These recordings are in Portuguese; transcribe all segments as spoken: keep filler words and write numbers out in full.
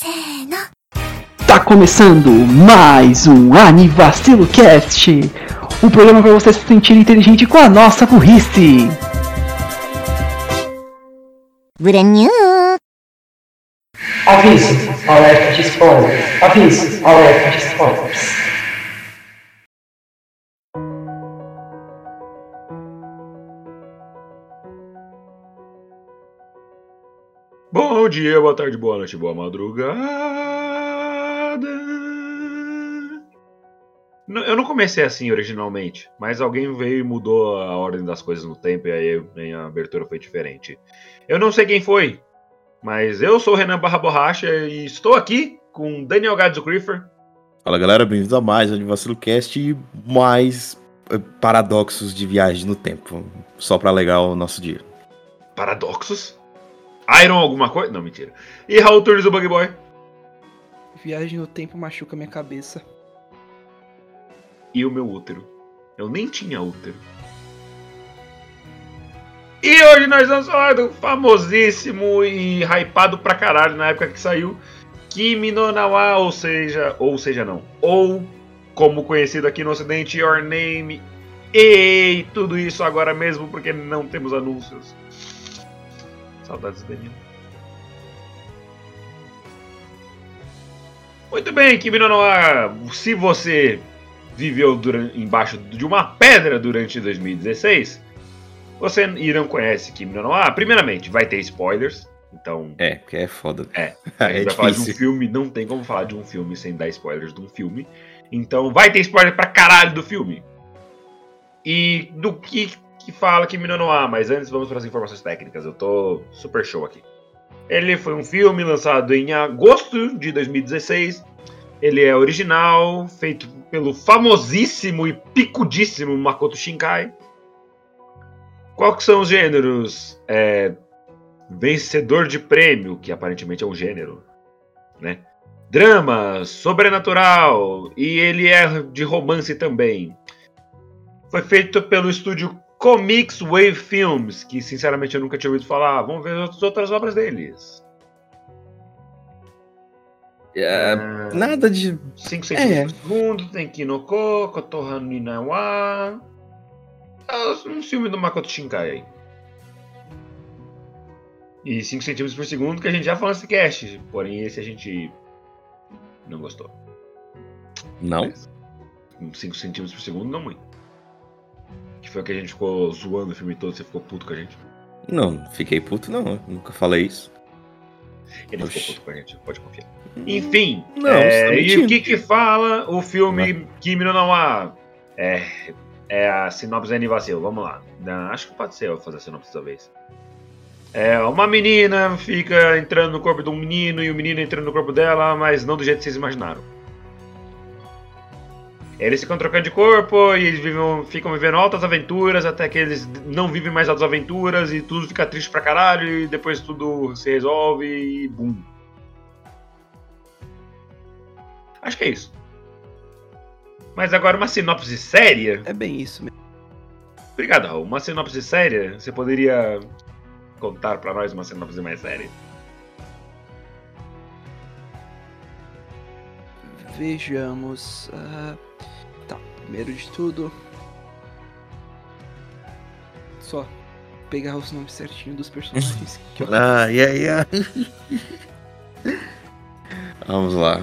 Tá começando mais um Anivacilo Cast, um programa para você se sentir inteligente com a nossa burrice. Aviso, alerta de spoilers. Aviso, alerta de spoilers. Bom dia, boa tarde, boa noite, boa madrugada. Não, eu não comecei assim originalmente, mas alguém veio e mudou a ordem das coisas no tempo e aí minha abertura foi diferente. Eu não sei quem foi, mas eu sou o Renan Barra Borracha e estou aqui com Daniel Gadzo Griffer. Fala galera, bem-vindos a mais um Anivacilo Cast e mais eh, paradoxos de viagem no tempo, só pra alegar o nosso dia. Paradoxos? Iron alguma coisa? Não, mentira. E Raul Turnes, o Bug Boy. Viagem no tempo machuca minha cabeça. E o meu útero. Eu nem tinha útero. E hoje nós vamos falar do famosíssimo e hypado pra caralho na época que saiu Kimi no Na wa, ou seja, ou seja não, ou como conhecido aqui no ocidente, Your Name. E tudo isso agora mesmo porque não temos anúncios. Saudades do Danilo. Muito bem, Kimi no Na wa. Se você viveu durante, embaixo de uma pedra durante dois mil e dezesseis, você e não conhece Kimi no Na wa, primeiramente, vai ter spoilers. Então, É, porque é foda. É, a gente É vai falar de um difícil. filme, não tem como falar de um filme sem dar spoilers de um filme. Então vai ter spoiler pra caralho do filme. E do que que fala Kimi no Na wa, mas antes vamos para as informações técnicas, eu tô super show aqui. Ele foi um filme lançado em agosto de dois mil e dezesseis. Ele é original, feito pelo famosíssimo e picudíssimo Makoto Shinkai. Qual que são os gêneros? É... Vencedor de prêmio, que aparentemente é um gênero, né? Drama, sobrenatural, e ele é de romance também. Foi feito pelo estúdio Comics Wave Films, que sinceramente eu nunca tinha ouvido falar. Vamos ver as outras obras deles. É, Ah, nada de. cinco centímetros É. por segundo, tem Kinoko, Kotoha no Na wa. É um filme do Makoto Shinkai aí. E cinco centímetros por segundo, que a gente já falou nesse cast. Porém, esse a gente não gostou. Não? cinco centímetros por segundo, não muito. Que foi o que a gente ficou zoando o filme todo, você ficou puto com a gente. Não, fiquei puto, não. Eu nunca falei isso. Ele Oxi. ficou puto com a gente, pode confiar. Enfim, Não, é, você tá e mentindo. o que que fala o filme Kimi no Na wa? É, é a sinopse Anivacilo, vamos lá. Não, acho que pode ser eu fazer a sinopse dessa vez. É, uma menina fica entrando no corpo de um menino e o menino entrando no corpo dela, mas não do jeito que vocês imaginaram. Eles ficam trocando de corpo e eles vivem, ficam vivendo altas aventuras até que eles não vivem mais altas aventuras e tudo fica triste pra caralho e depois tudo se resolve e bum. Acho que é isso. Mas agora uma sinopse séria? É bem isso mesmo. Obrigado, Raul. Uma sinopse séria? Você poderia contar pra nós uma sinopse mais séria? Vejamos. ah, tá, primeiro de tudo. Só pegar os nomes certinhos dos personagens. que eu... Ai, ai, ai. Vamos lá.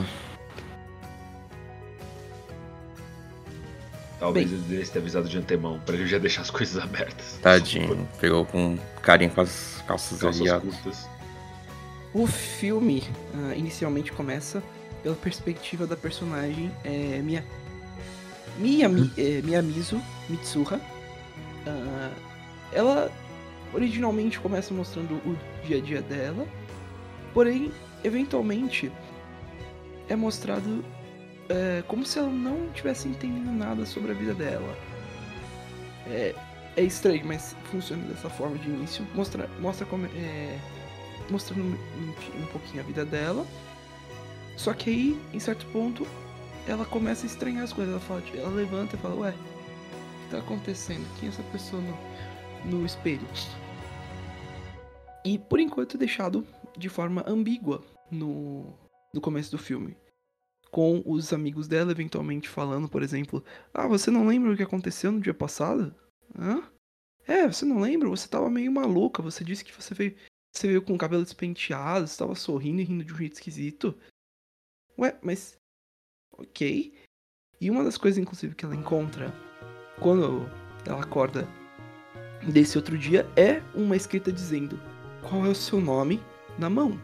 Talvez Bem. eu devesse ter avisado de antemão, pra ele já deixar as coisas abertas. Tadinho. Pegou com carinho com as calças, Calças aliadas. curtas. O filme ah, inicialmente começa pela perspectiva da personagem é, Mia... Miyami... é, Miyamizu Mitsuha. Ah, ela originalmente começa mostrando o dia a dia dela, porém, eventualmente, é mostrado é, como se ela não tivesse entendido nada sobre a vida dela. É, é estranho, mas funciona dessa forma de início. Mostra, mostra como, é, mostrando um, um pouquinho a vida dela. Só que aí, em certo ponto, ela começa a estranhar as coisas. Ela, fala, ela levanta e fala, ué, o que tá acontecendo? Quem é essa pessoa no, no espelho? E por enquanto é deixado de forma ambígua no, no começo do filme. Com os amigos dela eventualmente falando, por exemplo, ah, você não lembra o que aconteceu no dia passado? Hã? É, você não lembra? Você tava meio maluca, você disse que você veio, você veio com o cabelo despenteado, você tava sorrindo e rindo de um jeito esquisito. Ué, mas... ok. E uma das coisas, inclusive, que ela encontra quando ela acorda desse outro dia é uma escrita dizendo qual é o seu nome na mão.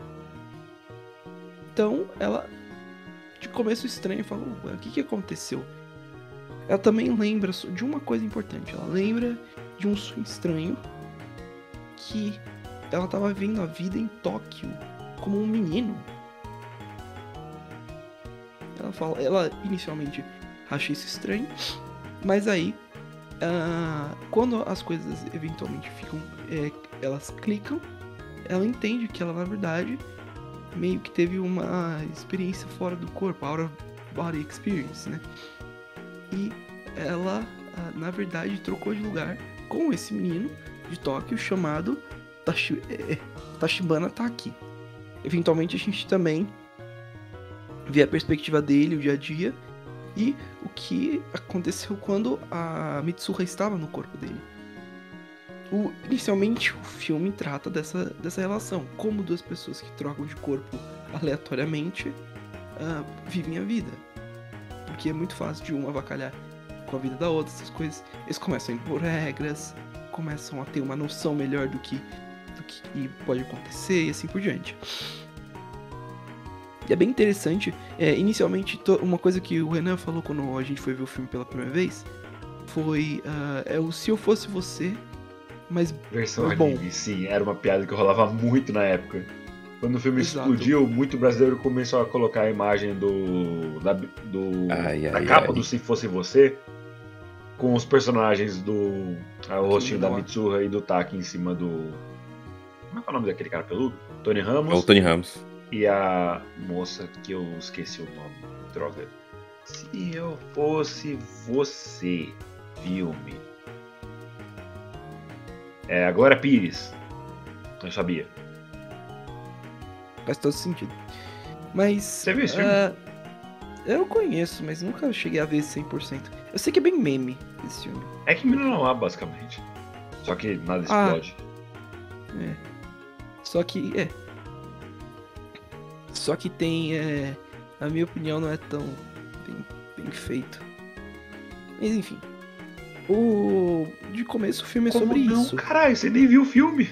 Então, ela... de começo estranho, falou, ué, o que que aconteceu? Ela também lembra de uma coisa importante. Ela lembra de um sonho estranho que ela estava vivendo a vida em Tóquio como um menino. Ela fala, ela inicialmente acha isso estranho, mas aí, uh, quando as coisas eventualmente ficam, é, elas clicam, ela entende que ela na verdade meio que teve uma experiência fora do corpo, out of body experience, né? E ela, na verdade, trocou de lugar com esse menino de Tóquio chamado Tashi, é, Tachibana Taki. Eventualmente a gente também vê a perspectiva dele, o dia a dia, e o que aconteceu quando a Mitsuha estava no corpo dele. O, inicialmente o filme trata dessa, dessa relação, como duas pessoas que trocam de corpo aleatoriamente uh, vivem a vida. Porque é muito fácil de um avacalhar com a vida da outra, essas coisas. Eles começam a impor regras, começam a ter uma noção melhor do que, do que pode acontecer e assim por diante. E é bem interessante, é, inicialmente to, uma coisa que o Renan falou quando a gente foi ver o filme pela primeira vez foi uh, é o Se Eu Fosse Você, mas versão mas bom. anime, sim, era uma piada que rolava muito na época. Quando o filme Exato. explodiu, muito brasileiro começou a colocar a imagem do da, do, ai, da ai, capa ai. do Se Fosse Você com os personagens do ah, o rostinho da Mitsuha e do Taki em cima do... Como é que é o nome daquele cara peludo? Tony Ramos. É o Tony Ramos. E a moça que eu esqueci o nome. Droga. Se Eu Fosse Você, filme. É, agora Pires. Eu sabia. Faz todo sentido. Mas... Você viu esse filme? Uh, eu conheço, mas nunca cheguei a ver cem por cento. Eu sei que é bem meme esse filme. É que Menino não há, basicamente. Só que nada explode. Ah, é. Só que, é. Só que tem, é... A minha opinião não é tão bem, bem feito. Mas enfim. O... De começo o filme é Como sobre não? isso. Caralho, você nem viu o filme.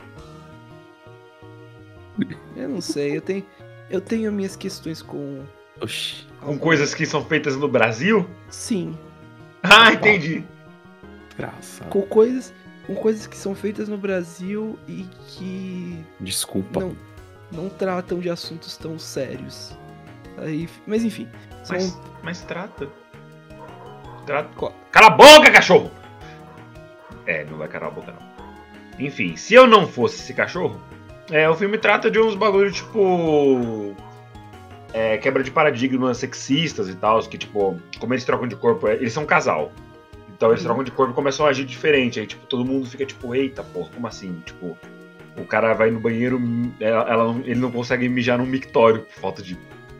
Eu não sei, eu tenho... Eu tenho minhas questões com... Oxi. Com coisas que são feitas no Brasil? Sim. Ah, entendi. Engraçado. Com coisas... Com coisas que são feitas no Brasil e que... Desculpa. Não, não tratam de assuntos tão sérios. Aí, mas enfim. São... Mas, mas trata. Trata. Qual? Cala a boca, cachorro! É, não vai calar a boca, não. Enfim, se eu não fosse esse cachorro, é, o filme trata de uns bagulhos tipo. É, quebra de paradigmas sexistas e tal, que tipo, como eles trocam de corpo, eles são um casal. Então eles trocam de corpo e começam a agir diferente. Aí, tipo, todo mundo fica tipo, eita, porra, como assim? Tipo, o cara vai no banheiro, ela, ela, ele não consegue mijar num mictório por falta de,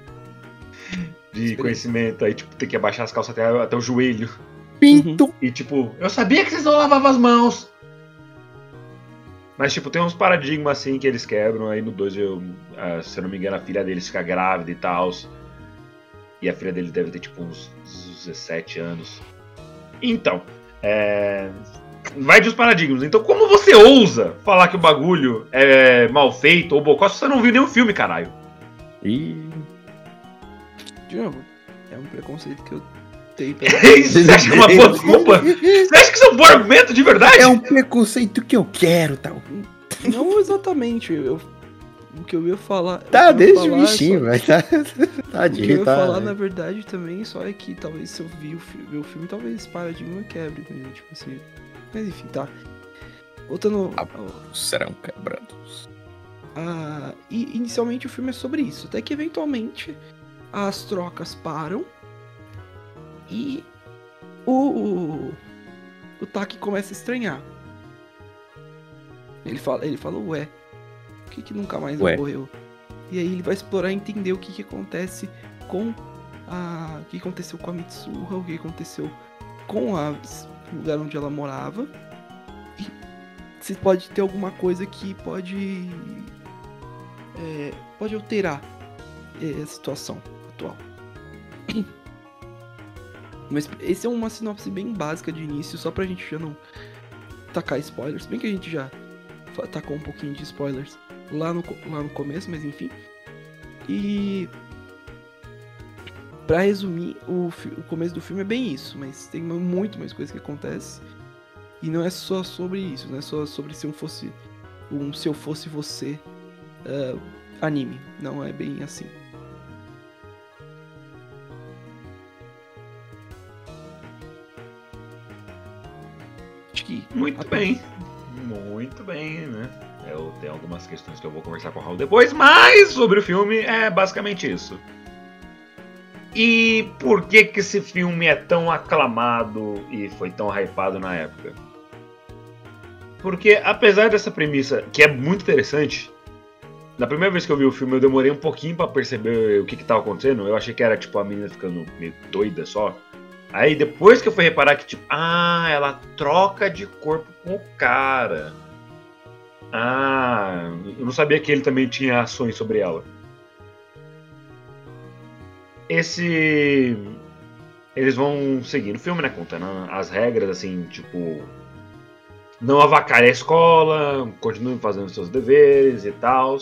de conhecimento. Aí, tipo, tem que abaixar as calças até, até o joelho. Pinto! E, tipo, eu sabia que vocês não lavavam as mãos! Mas, tipo, tem uns paradigmas, assim, que eles quebram. Aí no dois, eu, uh, se eu não me engano, a filha deles fica grávida e tal. E a filha dele deve ter, tipo, uns dezessete anos. Então, é... vai de os paradigmas. Então, como você ousa falar que o bagulho é mal feito ou bocó se você não viu nenhum filme, caralho? E... De novo, é um preconceito que eu tenho pela... Você acha que é uma boa desculpa? Você acha que isso é um bom argumento de verdade? É um preconceito que eu quero, tal. Não exatamente. Eu... O que eu ia falar... Tá, desde falar o bichinho, só... mas tá... O Tadinho, que eu ia tá... falar, na verdade, também só é que talvez se eu vi o, fi- ver o filme, talvez esse paradigma quebre. Né? Tipo assim... Mas enfim, tá. Voltando... Ah, ao- serão quebrados. Ah, e inicialmente o filme é sobre isso. Até que eventualmente as trocas param e o, o, o Taki começa a estranhar. Ele fala, ele fala, ué, por que, que nunca mais Ué. ocorreu? E aí ele vai explorar e entender o que, que acontece com a... O que aconteceu com a Mitsuha, o que aconteceu com a... o lugar onde ela morava. E se pode ter alguma coisa que pode... É, pode alterar é, a situação atual. Mas esse é uma sinopse bem básica de início, só pra gente já não tacar spoilers. Bem que a gente já tacou um pouquinho de spoilers lá no, lá no começo, mas enfim. E pra resumir, o, o começo do filme é bem isso, mas tem muito mais coisa que acontece. E não é só sobre isso, não é só sobre se eu fosse um Se Eu Fosse Você uh, anime. Não é bem assim. Muito bem, muito bem, né? Eu tenho algumas questões que eu vou conversar com o Raul depois, mas sobre o filme é basicamente isso. E por que que esse filme é tão aclamado e foi tão hypado na época? Porque apesar dessa premissa, que é muito interessante, na primeira vez que eu vi o filme eu demorei um pouquinho pra perceber o que que tava acontecendo. Eu achei que era tipo a menina ficando meio doida só. Aí depois que eu fui reparar que, tipo, ah, ela troca de corpo com o cara. Ah, eu não sabia que ele também tinha ações sobre ela. Esse... Eles vão seguindo o filme, né, contando as regras, assim, tipo... Não avacalhe a escola, continue fazendo seus deveres e tal.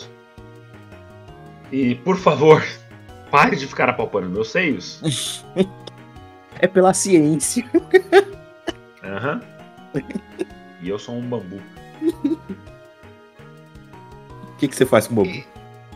E, por favor, pare de ficar apalpando meus seios. É pela ciência. Aham. Uhum. E eu sou um bambu. O que, que você faz com o bambu? E...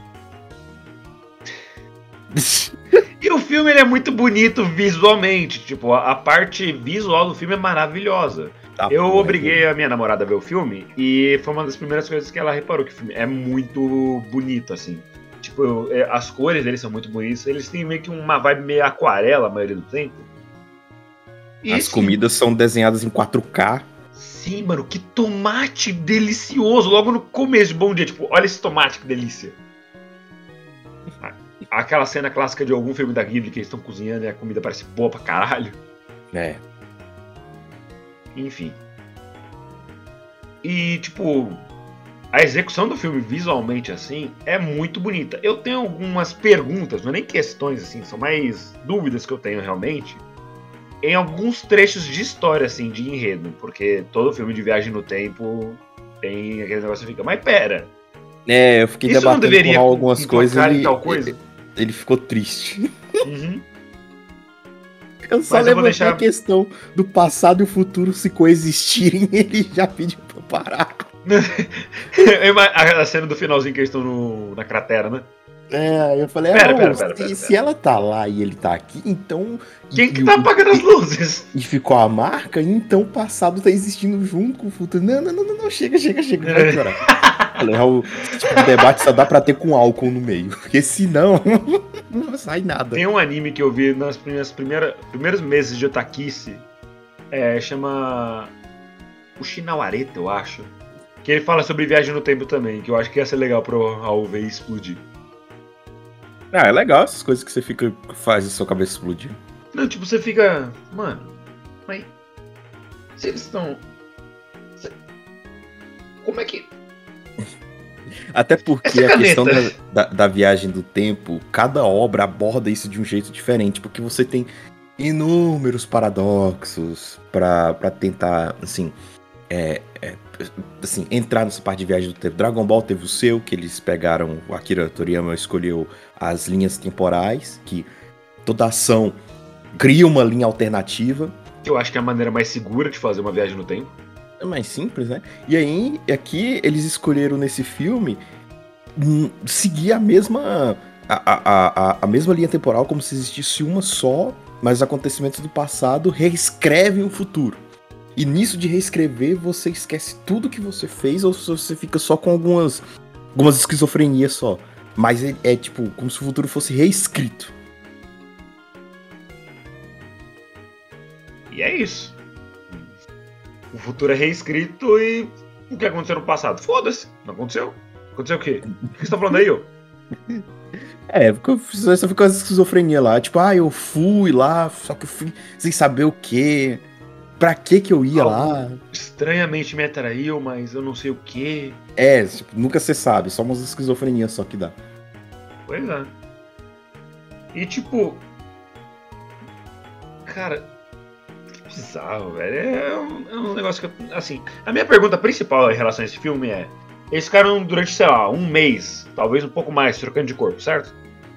e o filme ele é muito bonito visualmente. Tipo, a, a parte visual do filme é maravilhosa. Tá, eu pô, obriguei é a minha namorada a ver o filme e foi uma das primeiras coisas que ela reparou, que o filme é muito bonito, assim. Tipo, eu, as cores deles são muito bonitas. Eles têm meio que uma vibe meio aquarela a maioria do tempo. E as sim, comidas são desenhadas em quatro K. Sim, mano, que tomate delicioso. Logo no começo de Bom Dia, tipo, olha esse tomate, que delícia. Aquela cena clássica de algum filme da Ghibli que eles estão cozinhando e a comida parece boa pra caralho. É. Enfim. E, tipo, a execução do filme visualmente, assim, é muito bonita. Eu tenho algumas perguntas, não é nem questões, assim, são mais dúvidas que eu tenho realmente. Em alguns trechos de história, assim, de enredo. Porque todo filme de viagem no tempo tem aquele negócio que fica, mas pera. É, eu fiquei isso debatendo não deveria com algumas coisas e ele, tal coisa? Ele, ele ficou triste. Uhum. Eu só mas levantei eu vou deixar... a questão do passado e o futuro se coexistirem, ele já pediu pra parar. A cena do finalzinho que eles estão no, na cratera, né? É, eu falei, pera, oh, pera, pera, se, pera, se pera. ela tá lá e ele tá aqui, então... Quem e, que tá apagando as luzes? E ficou a marca, então o passado tá existindo junto com o futuro. Não, não, não, não, não chega, chega, chega, vai piorar. Falei, Raul, esse tipo de debate só dá pra ter com álcool no meio, porque senão não sai nada. Tem um anime que eu vi nas primeiras, primeiras primeiros meses de otakice, é, chama o Shinawareta, eu acho, que ele fala sobre viagem no tempo também, que eu acho que ia ser legal pro Raul ver e explodir. Ah, é legal essas coisas que você fica, faz a sua cabeça explodir. Não, tipo, você fica, mano, mas se eles estão... Se... Como é que... Até porque a questão da, da, da viagem do tempo, cada obra aborda isso de um jeito diferente, porque você tem inúmeros paradoxos pra, pra tentar, assim, é, é, assim, entrar nessa parte de viagem do tempo. Dragon Ball teve o seu, que eles pegaram, o Akira Toriyama escolheu as linhas temporais, que toda ação cria uma linha alternativa. Eu acho que é a maneira mais segura de fazer uma viagem no tempo. É mais simples, né? E aí, aqui, eles escolheram nesse filme hum, seguir a mesma, a, a, a, a mesma linha temporal, como se existisse uma só, mas os acontecimentos do passado reescrevem o futuro. E nisso de reescrever, você esquece tudo que você fez, ou você fica só com algumas, algumas esquizofrenias só. Mas é, é tipo, como se o futuro fosse reescrito. E é isso. O futuro é reescrito e o que aconteceu no passado? Foda-se, não aconteceu. Aconteceu o quê? O que você tá falando aí, ô? É, porque você fica com essa esquizofrenia lá. Tipo, ah, eu fui lá, só que eu fui sem saber o quê. Pra que que eu ia Algo lá? Estranhamente me atraiu, mas eu não sei o que. É, tipo, nunca você sabe. Só umas esquizofrenias só que dá. Pois é. E tipo. Cara. Que bizarro, velho. É um, é um negócio que. Assim, a minha pergunta principal em relação a esse filme é. Eles ficaram durante, sei lá, um mês, talvez um pouco mais, trocando de corpo, certo?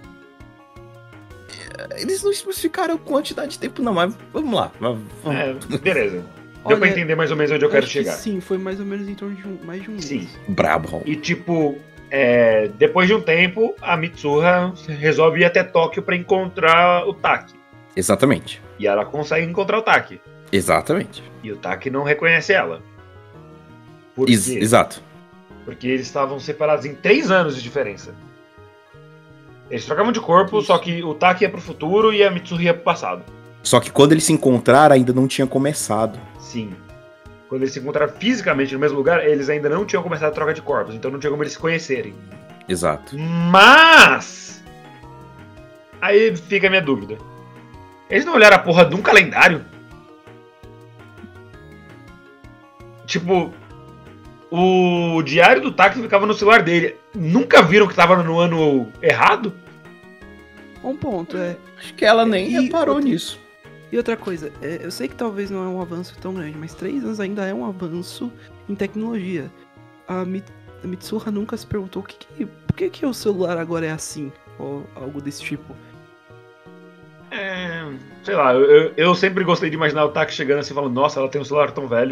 Eles não especificaram quantidade de tempo, não, mas vamos lá. Vamos. É, beleza. Deu Olha, pra entender mais ou menos onde eu quero acho que chegar. sim, foi mais ou menos em torno de um, mais de um mês. Sim. Brabo. E tipo, é, depois de um tempo, a Mitsuha resolve ir até Tóquio pra encontrar o Taki. Exatamente. E ela consegue encontrar o Taki. Exatamente. E o Taki não reconhece ela. Por Ex- quê? exato. Porque eles estavam separados em três anos de diferença. Eles trocavam de corpo, Isso. só que o Taki ia pro futuro e a Mitsuha ia pro passado. Só que quando eles se encontraram, ainda não tinha começado. Sim. Quando eles se encontraram fisicamente no mesmo lugar, eles ainda não tinham começado a troca de corpos, então não tinha como eles se conhecerem. Exato. Mas... Aí fica a minha dúvida. Eles não olharam a porra de um calendário? Tipo... O diário do Taki ficava no celular dele. Nunca viram que tava no ano errado? Um ponto, é. Acho que ela nem E reparou outra- nisso. E outra coisa, é, eu sei que talvez não é um avanço tão grande, mas três anos ainda é um avanço em tecnologia. A, Mi, a Mitsuha nunca se perguntou o que que, por que, que o celular agora é assim, ou algo desse tipo. É... Sei lá, eu, eu- eu sempre gostei de imaginar o Taki chegando assim e falando, nossa, ela tem um celular tão velho.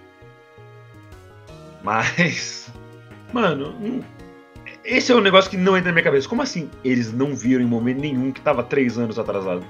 Mas... Mano, hum, esse é um negócio que não entra na minha cabeça. Como assim eles não viram em momento nenhum que tava três anos atrasado?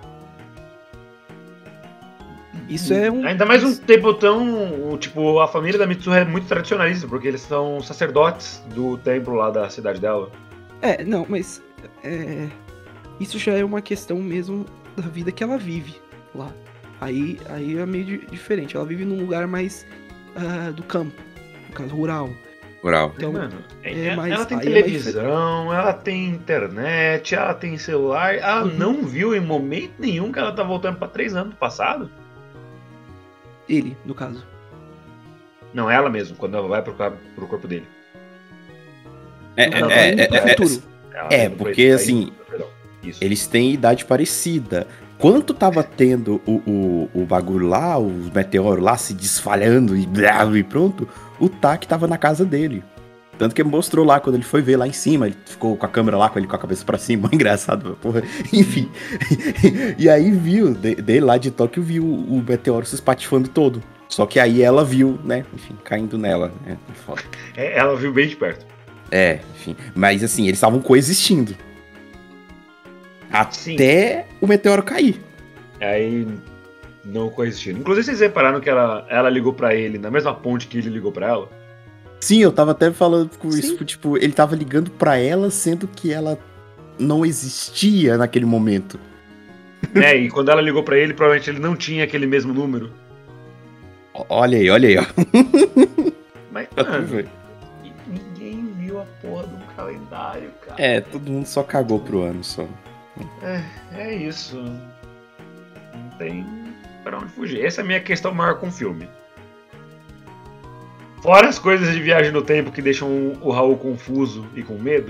Isso é um. Ainda mais um tempo tão... Tipo, a família da Mitsuha é muito tradicionalista, porque eles são sacerdotes do templo lá da cidade dela. É, não, mas. É, isso já é uma questão mesmo da vida que ela vive lá. Aí, aí é meio di- diferente. Ela vive num lugar mais ah, do campo, no caso rural. Rural. Então, Mano, é ela, mais- ela tem aí é mais televisão, ela tem internet, ela tem celular. Ela Uhum. não viu em momento nenhum que ela tá voltando pra três anos do passado? ele, no caso. Não, ela mesmo, quando ela vai pro, ca- pro corpo dele. É, Ela é, indo é, pro é, é, futuro. Ela É, indo pra porque, ele, tá assim, indo- perdão, isso. eles têm idade parecida. Quanto tava tendo o, o, o bagulho lá, os meteoros lá se desfalhando e blá, e pronto, o Taki tava na casa dele. Tanto que mostrou lá, quando ele foi ver lá em cima, ele ficou com a câmera lá, com ele com a cabeça pra cima, engraçado, porra. Enfim. E aí viu, de- dele lá de Tóquio, viu o meteoro se espatifando todo. Só que aí ela viu, né, enfim, caindo nela, né, foda. É, ela viu bem de perto. É, enfim. Mas assim, eles estavam coexistindo. Até o meteoro cair. Aí não coexistiram. Inclusive vocês repararam que ela, ela ligou pra ele na mesma ponte que ele ligou pra ela? Sim, eu tava até falando com Sim. isso, tipo, ele tava ligando pra ela, sendo que ela não existia naquele momento. né? E quando ela ligou pra ele, provavelmente ele não tinha aquele mesmo número. O- Olha aí, olha aí, ó. Mas, Pra tu mano, ver. ninguém viu a porra do calendário, cara. É, todo mundo só cagou pro ano só. É, é isso. Não tem pra onde fugir. Essa é a minha questão maior com o filme. Fora as coisas de viagem no tempo que deixam o Raul confuso e com medo,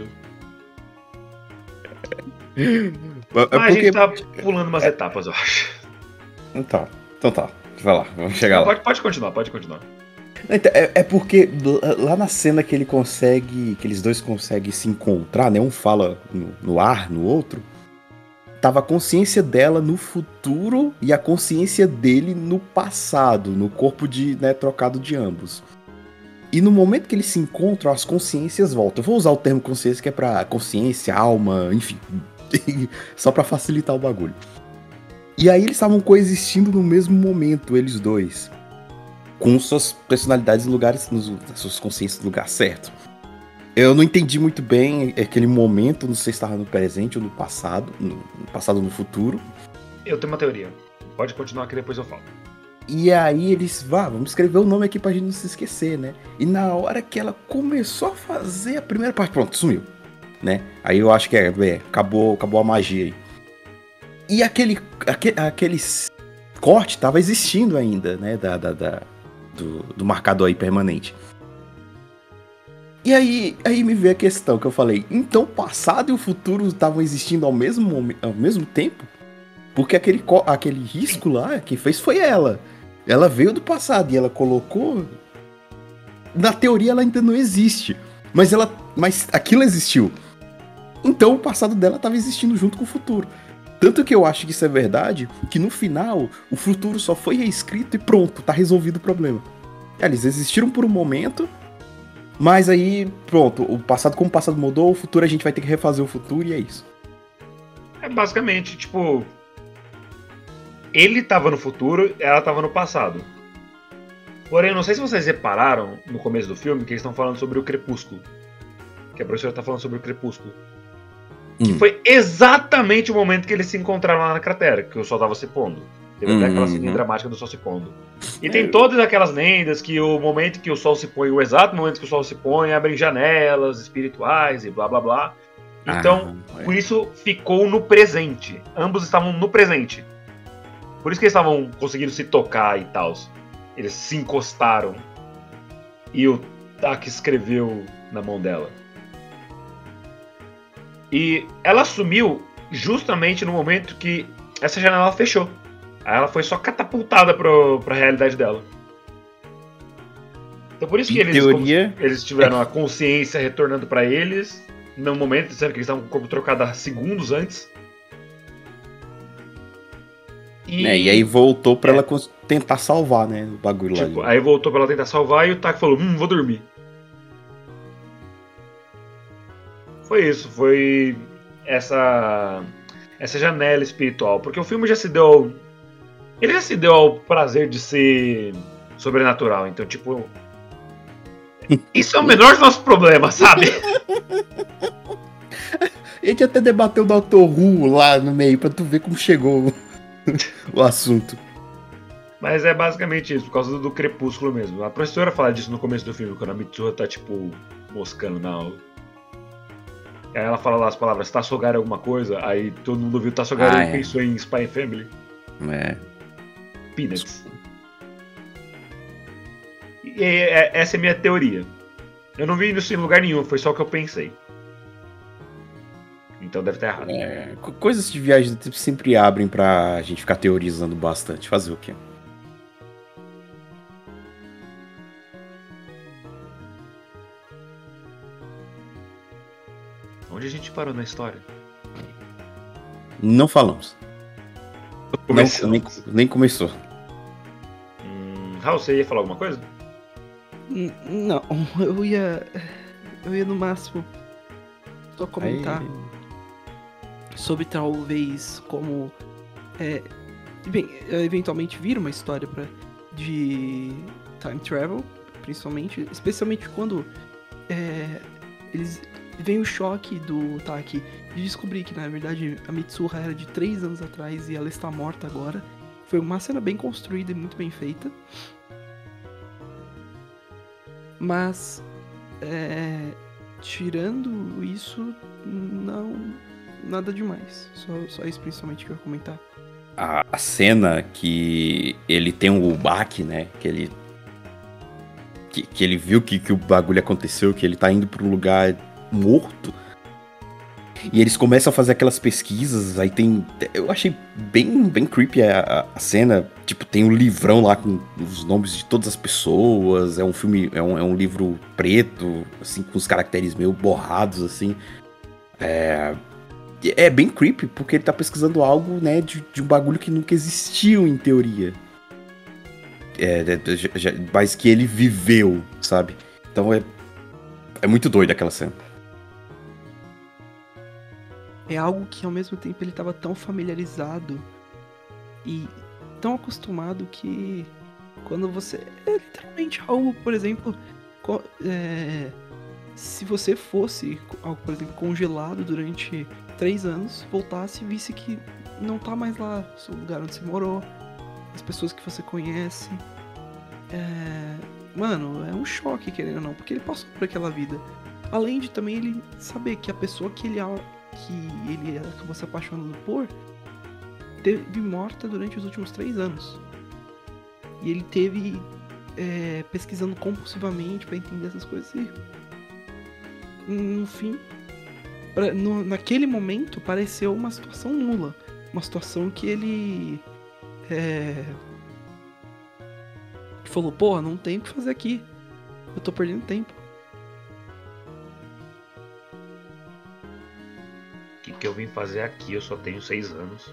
É mas a porque... gente tá pulando umas etapas, eu acho. Então, então tá, vai lá, vamos chegar lá. Pode, pode continuar, pode continuar. Então, É, é porque lá na cena que ele consegue, que eles dois conseguem se encontrar, né? Um fala no, no ar, no outro. Tava a consciência dela no futuro e a consciência dele no passado, no corpo de, né, trocado de ambos. E no momento que eles se encontram, as consciências voltam. Eu vou usar o termo consciência que é pra consciência, alma, enfim, só pra facilitar o bagulho. E aí eles estavam coexistindo no mesmo momento, eles dois. Com suas personalidades em lugares, nos, suas consciências no lugar certo. Eu não entendi muito bem aquele momento, não sei se estava no presente ou no passado, no, no passado ou no futuro. Eu tenho uma teoria. Pode continuar que depois eu falo. E aí eles, vá, vamos escrever o nome aqui pra gente não se esquecer, né? E na hora que ela começou a fazer a primeira parte, pronto, sumiu. né? Aí eu acho que é, é acabou, acabou a magia aí. E aquele, aquele, aquele corte tava existindo ainda, né? Da, da, da, do, do marcador aí permanente. E aí, aí me veio a questão que eu falei, então o passado e o futuro estavam existindo ao mesmo, momen- ao mesmo tempo? Porque aquele, co- aquele risco lá, quem fez foi ela. Ela veio do passado e ela colocou... Na teoria ela ainda não existe, mas, ela, mas aquilo existiu. Então o passado dela estava existindo junto com o futuro. Tanto que eu acho que isso é verdade, que no final o futuro só foi reescrito e pronto, tá resolvido o problema. Eles existiram por um momento... Mas aí, pronto, o passado, como o passado mudou, o futuro a gente vai ter que refazer o futuro e é isso. É basicamente, tipo... Ele tava no futuro, ela tava no passado. Porém, eu não sei se vocês repararam no começo do filme que eles estão falando sobre o crepúsculo. Que a professora tá falando sobre o crepúsculo. Hum. Que foi exatamente o momento que eles se encontraram lá na cratera, que o sol tava se pondo. Teve até Uhum. aquela cena dramática do sol se pondo. E tem todas aquelas lendas que o momento que o sol se põe, o exato momento que o sol se põe, abrem janelas espirituais e blá blá blá. Então, Ah, por isso ficou no presente. Ambos estavam no presente. Por isso que eles estavam conseguindo se tocar e tal. Eles se encostaram. E o Taki escreveu na mão dela. E ela sumiu justamente no momento que essa janela fechou. Aí ela foi só catapultada pro, pra realidade dela. Então por isso que Em eles, teoria- como, eles tiveram a consciência retornando pra eles no momento, sendo que eles estavam com o corpo trocado há segundos antes. E, É, e aí voltou pra É. ela cons- tentar salvar, né? O bagulho tipo, lá. aí voltou pra ela tentar salvar e o Taki falou, hum, vou dormir. Foi isso, foi essa essa janela espiritual, porque o filme já se deu ele já se deu ao prazer de ser sobrenatural, então tipo isso é o menor dos nossos problemas, sabe? A gente até debateu o doutor Who lá no meio pra tu ver como chegou o, o assunto. Mas é basicamente isso, por causa do, do crepúsculo mesmo. A professora fala disso no começo do filme, quando a Mitsuha tá tipo moscando na aula. Aí ela fala lá as palavras Tassogari é alguma coisa, aí todo mundo viu Tassogari Ah, e é. pensou em Spy and Family. É. Peanuts. E é- essa é a minha teoria. Eu não vi isso em lugar nenhum, foi só o que eu pensei. Então deve estar errado. É, co- coisas de viagem do tempo sempre abrem pra gente ficar teorizando bastante. Fazer o quê? Onde a gente parou na história? Não falamos. Não, Começamos. nem, nem começou. Hum, Raul, você ia falar alguma coisa? N- Não, eu ia. Eu ia no máximo só comentar Aí- sobre talvez como. É, bem, eventualmente vir uma história pra, de time travel, principalmente. Especialmente quando é, eles. Vem o choque do Taki de descobrir que na verdade a Mitsuha era de três anos atrás e ela está morta agora. Foi uma cena bem construída e muito bem feita. Mas, é, tirando isso, não. Nada demais. Só, só isso principalmente que eu ia comentar. A, a cena que ele tem o baque, né? Que ele. Que, que ele viu que, que o bagulho aconteceu, que ele tá indo pro lugar morto. E eles começam a fazer aquelas pesquisas, aí tem... Eu achei bem, bem creepy a, a cena. Tipo, tem um livrão lá com os nomes de todas as pessoas. É um filme... É um, é um livro preto, assim, com os caracteres meio borrados, assim. É... É bem creepy, porque ele tá pesquisando algo, né, de, de um bagulho que nunca existiu, em teoria. É, já- já- mas que ele viveu, sabe? Então é... É muito doido aquela cena. É algo que ao mesmo tempo ele estava tão familiarizado e tão acostumado que quando você. É literalmente algo, por exemplo. co- é, se você fosse algo, por exemplo, congelado durante três anos, voltasse e visse que não tá mais lá, o lugar onde você morou, as pessoas que você conhece. É, mano, é um choque, querendo ou não, porque ele passou por aquela vida. Além de também ele saber que a pessoa que ele, que ele acabou se apaixonando por teve morta durante os últimos três anos. E ele teve é, pesquisando compulsivamente pra entender essas coisas e no fim, pra, no, naquele momento pareceu uma situação nula. Uma situação que ele é, falou, porra, não tem o que fazer aqui. Eu tô perdendo tempo. O que, que eu vim fazer aqui? Eu só tenho seis anos.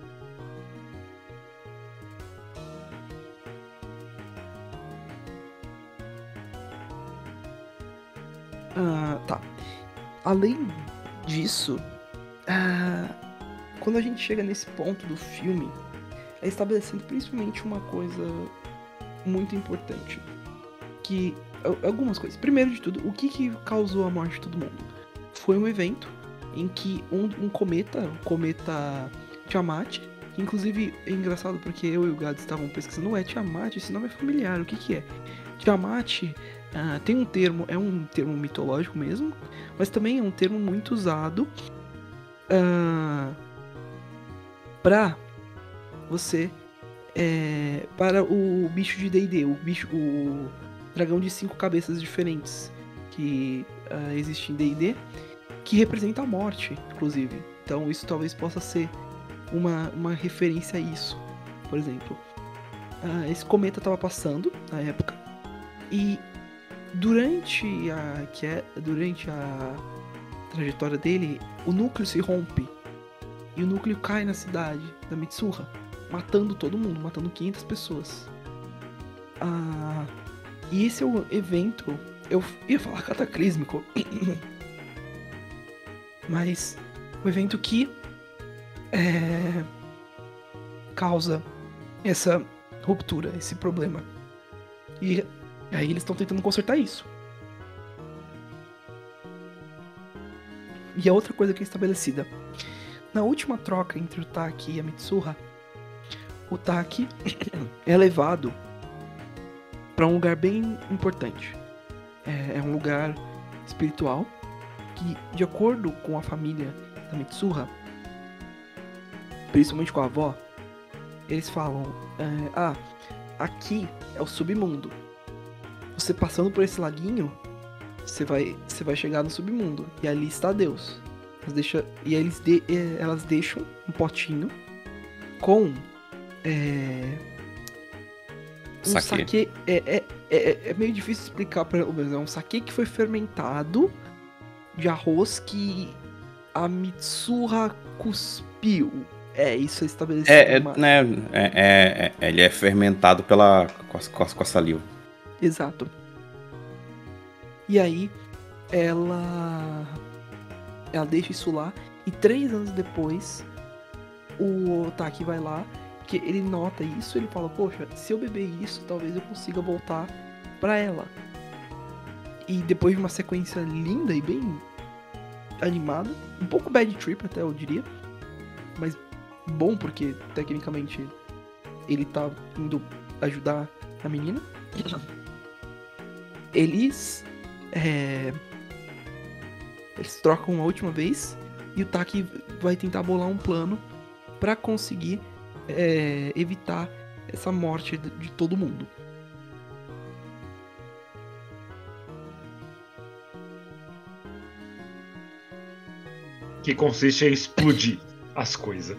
Ah, tá. Além disso, ah, quando a gente chega nesse ponto do filme, é estabelecendo principalmente uma coisa muito importante. Que, algumas coisas. Primeiro de tudo, o que, que causou a morte de todo mundo? Foi um evento em que um, um cometa, o cometa Tiamat, que inclusive é engraçado porque eu e o Gado estavam pesquisando, ué, Tiamat, esse nome é familiar, o que que é? Tiamat uh, tem um termo, é um termo mitológico mesmo, mas também é um termo muito usado uh, pra você, é, para o bicho de D e D, o bicho, o dragão de cinco cabeças diferentes que uh, existe em D e D, que representa a morte, inclusive. Então isso talvez possa ser uma, uma referência a isso. Por exemplo, uh, esse cometa estava passando na época e durante a, que é, durante a trajetória dele, o núcleo se rompe e o núcleo cai na cidade da Mitsurra, matando todo mundo, matando quinhentas pessoas. Uh, e esse é o evento, eu ia falar cataclísmico, mas o evento que é, causa essa ruptura, esse problema. E aí eles estão tentando consertar isso. E a outra coisa que é estabelecida, na última troca entre o Taki e a Mitsurra, o Taki é levado para um lugar bem importante. É, é um lugar espiritual que, de acordo com a família da Mitsurra, principalmente com a avó, eles falam, é, ah, aqui é o submundo. Você passando por esse laguinho, você vai, você vai chegar no submundo. E ali está Deus. Elas deixam, e eles de, elas deixam um potinho com é, um saquê. saquê. É, é, é, é meio difícil explicar para eles. É um saquê que foi fermentado de arroz que a Mitsurra cuspiu. É, isso é estabelecido. É, é, uma... né, é, é, é, ele é fermentado pela, com, a, com a, com a saliva. Exato. E aí, ela... Ela deixa isso lá. E três anos depois, o Taki vai lá, porque ele nota isso, ele fala, poxa, se eu beber isso, talvez eu consiga voltar pra ela. E depois de uma sequência linda e bem animada, um pouco bad trip até, eu diria, mas bom, porque tecnicamente ele tá indo ajudar a menina. Eles é, eles trocam uma última vez e o Taki vai tentar bolar um plano pra conseguir é, evitar essa morte de, de todo mundo. Que consiste em explodir as coisas.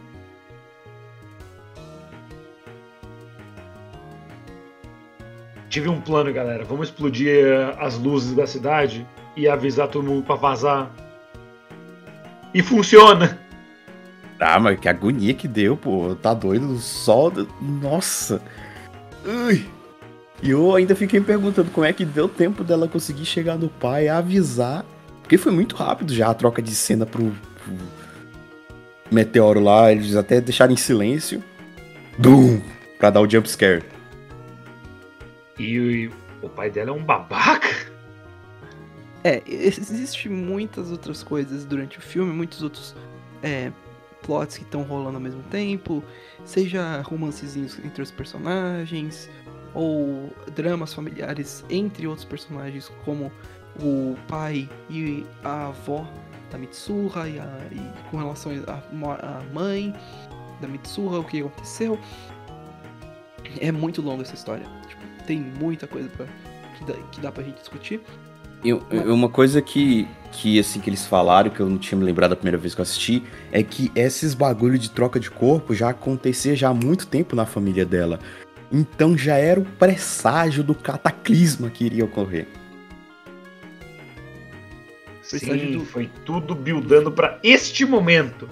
Tive um plano, galera. Vamos explodir as luzes da cidade e avisar todo mundo pra vazar. E funciona! Ah, mas que agonia que deu, pô. Tá doido? O sol... Nossa! Ui. E eu ainda fiquei me perguntando como é que deu tempo dela conseguir chegar no pai e avisar. Porque foi muito rápido já a troca de cena pro, pro meteoro lá. Eles até deixaram em silêncio. Dum! Pra dar o jump scare. E, e o pai dela é um babaca? É, existe muitas outras coisas durante o filme, muitos outros é, plots que estão rolando ao mesmo tempo, seja romancezinhos entre os personagens, ou dramas familiares entre outros personagens, como o pai e a avó da Mitsuha e, a, e com relação à mãe da Mitsuha, o que aconteceu. É muito longa essa história. Tipo, tem muita coisa pra, que, dá, que dá pra gente discutir. Eu, eu, uma coisa que, que, assim, que eles falaram, que eu não tinha me lembrado da primeira vez que eu assisti, é que esses bagulho de troca de corpo já acontecia já há muito tempo na família dela. Então já era o presságio do cataclisma que iria ocorrer. Sim, do... foi tudo buildando pra este momento.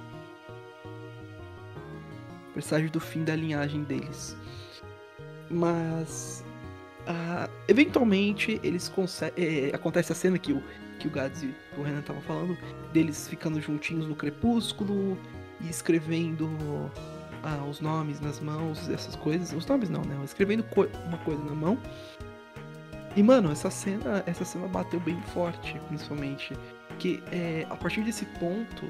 Presságio do fim da linhagem deles. Mas... Uh, eventualmente eles conseguem. É, acontece a cena que o, que o Gads e o Renan estavam falando, deles ficando juntinhos no crepúsculo e escrevendo uh, os nomes nas mãos, essas coisas. Os nomes não, né? Escrevendo co- uma coisa na mão. E mano, essa cena, essa cena bateu bem forte, principalmente. Porque é, a partir desse ponto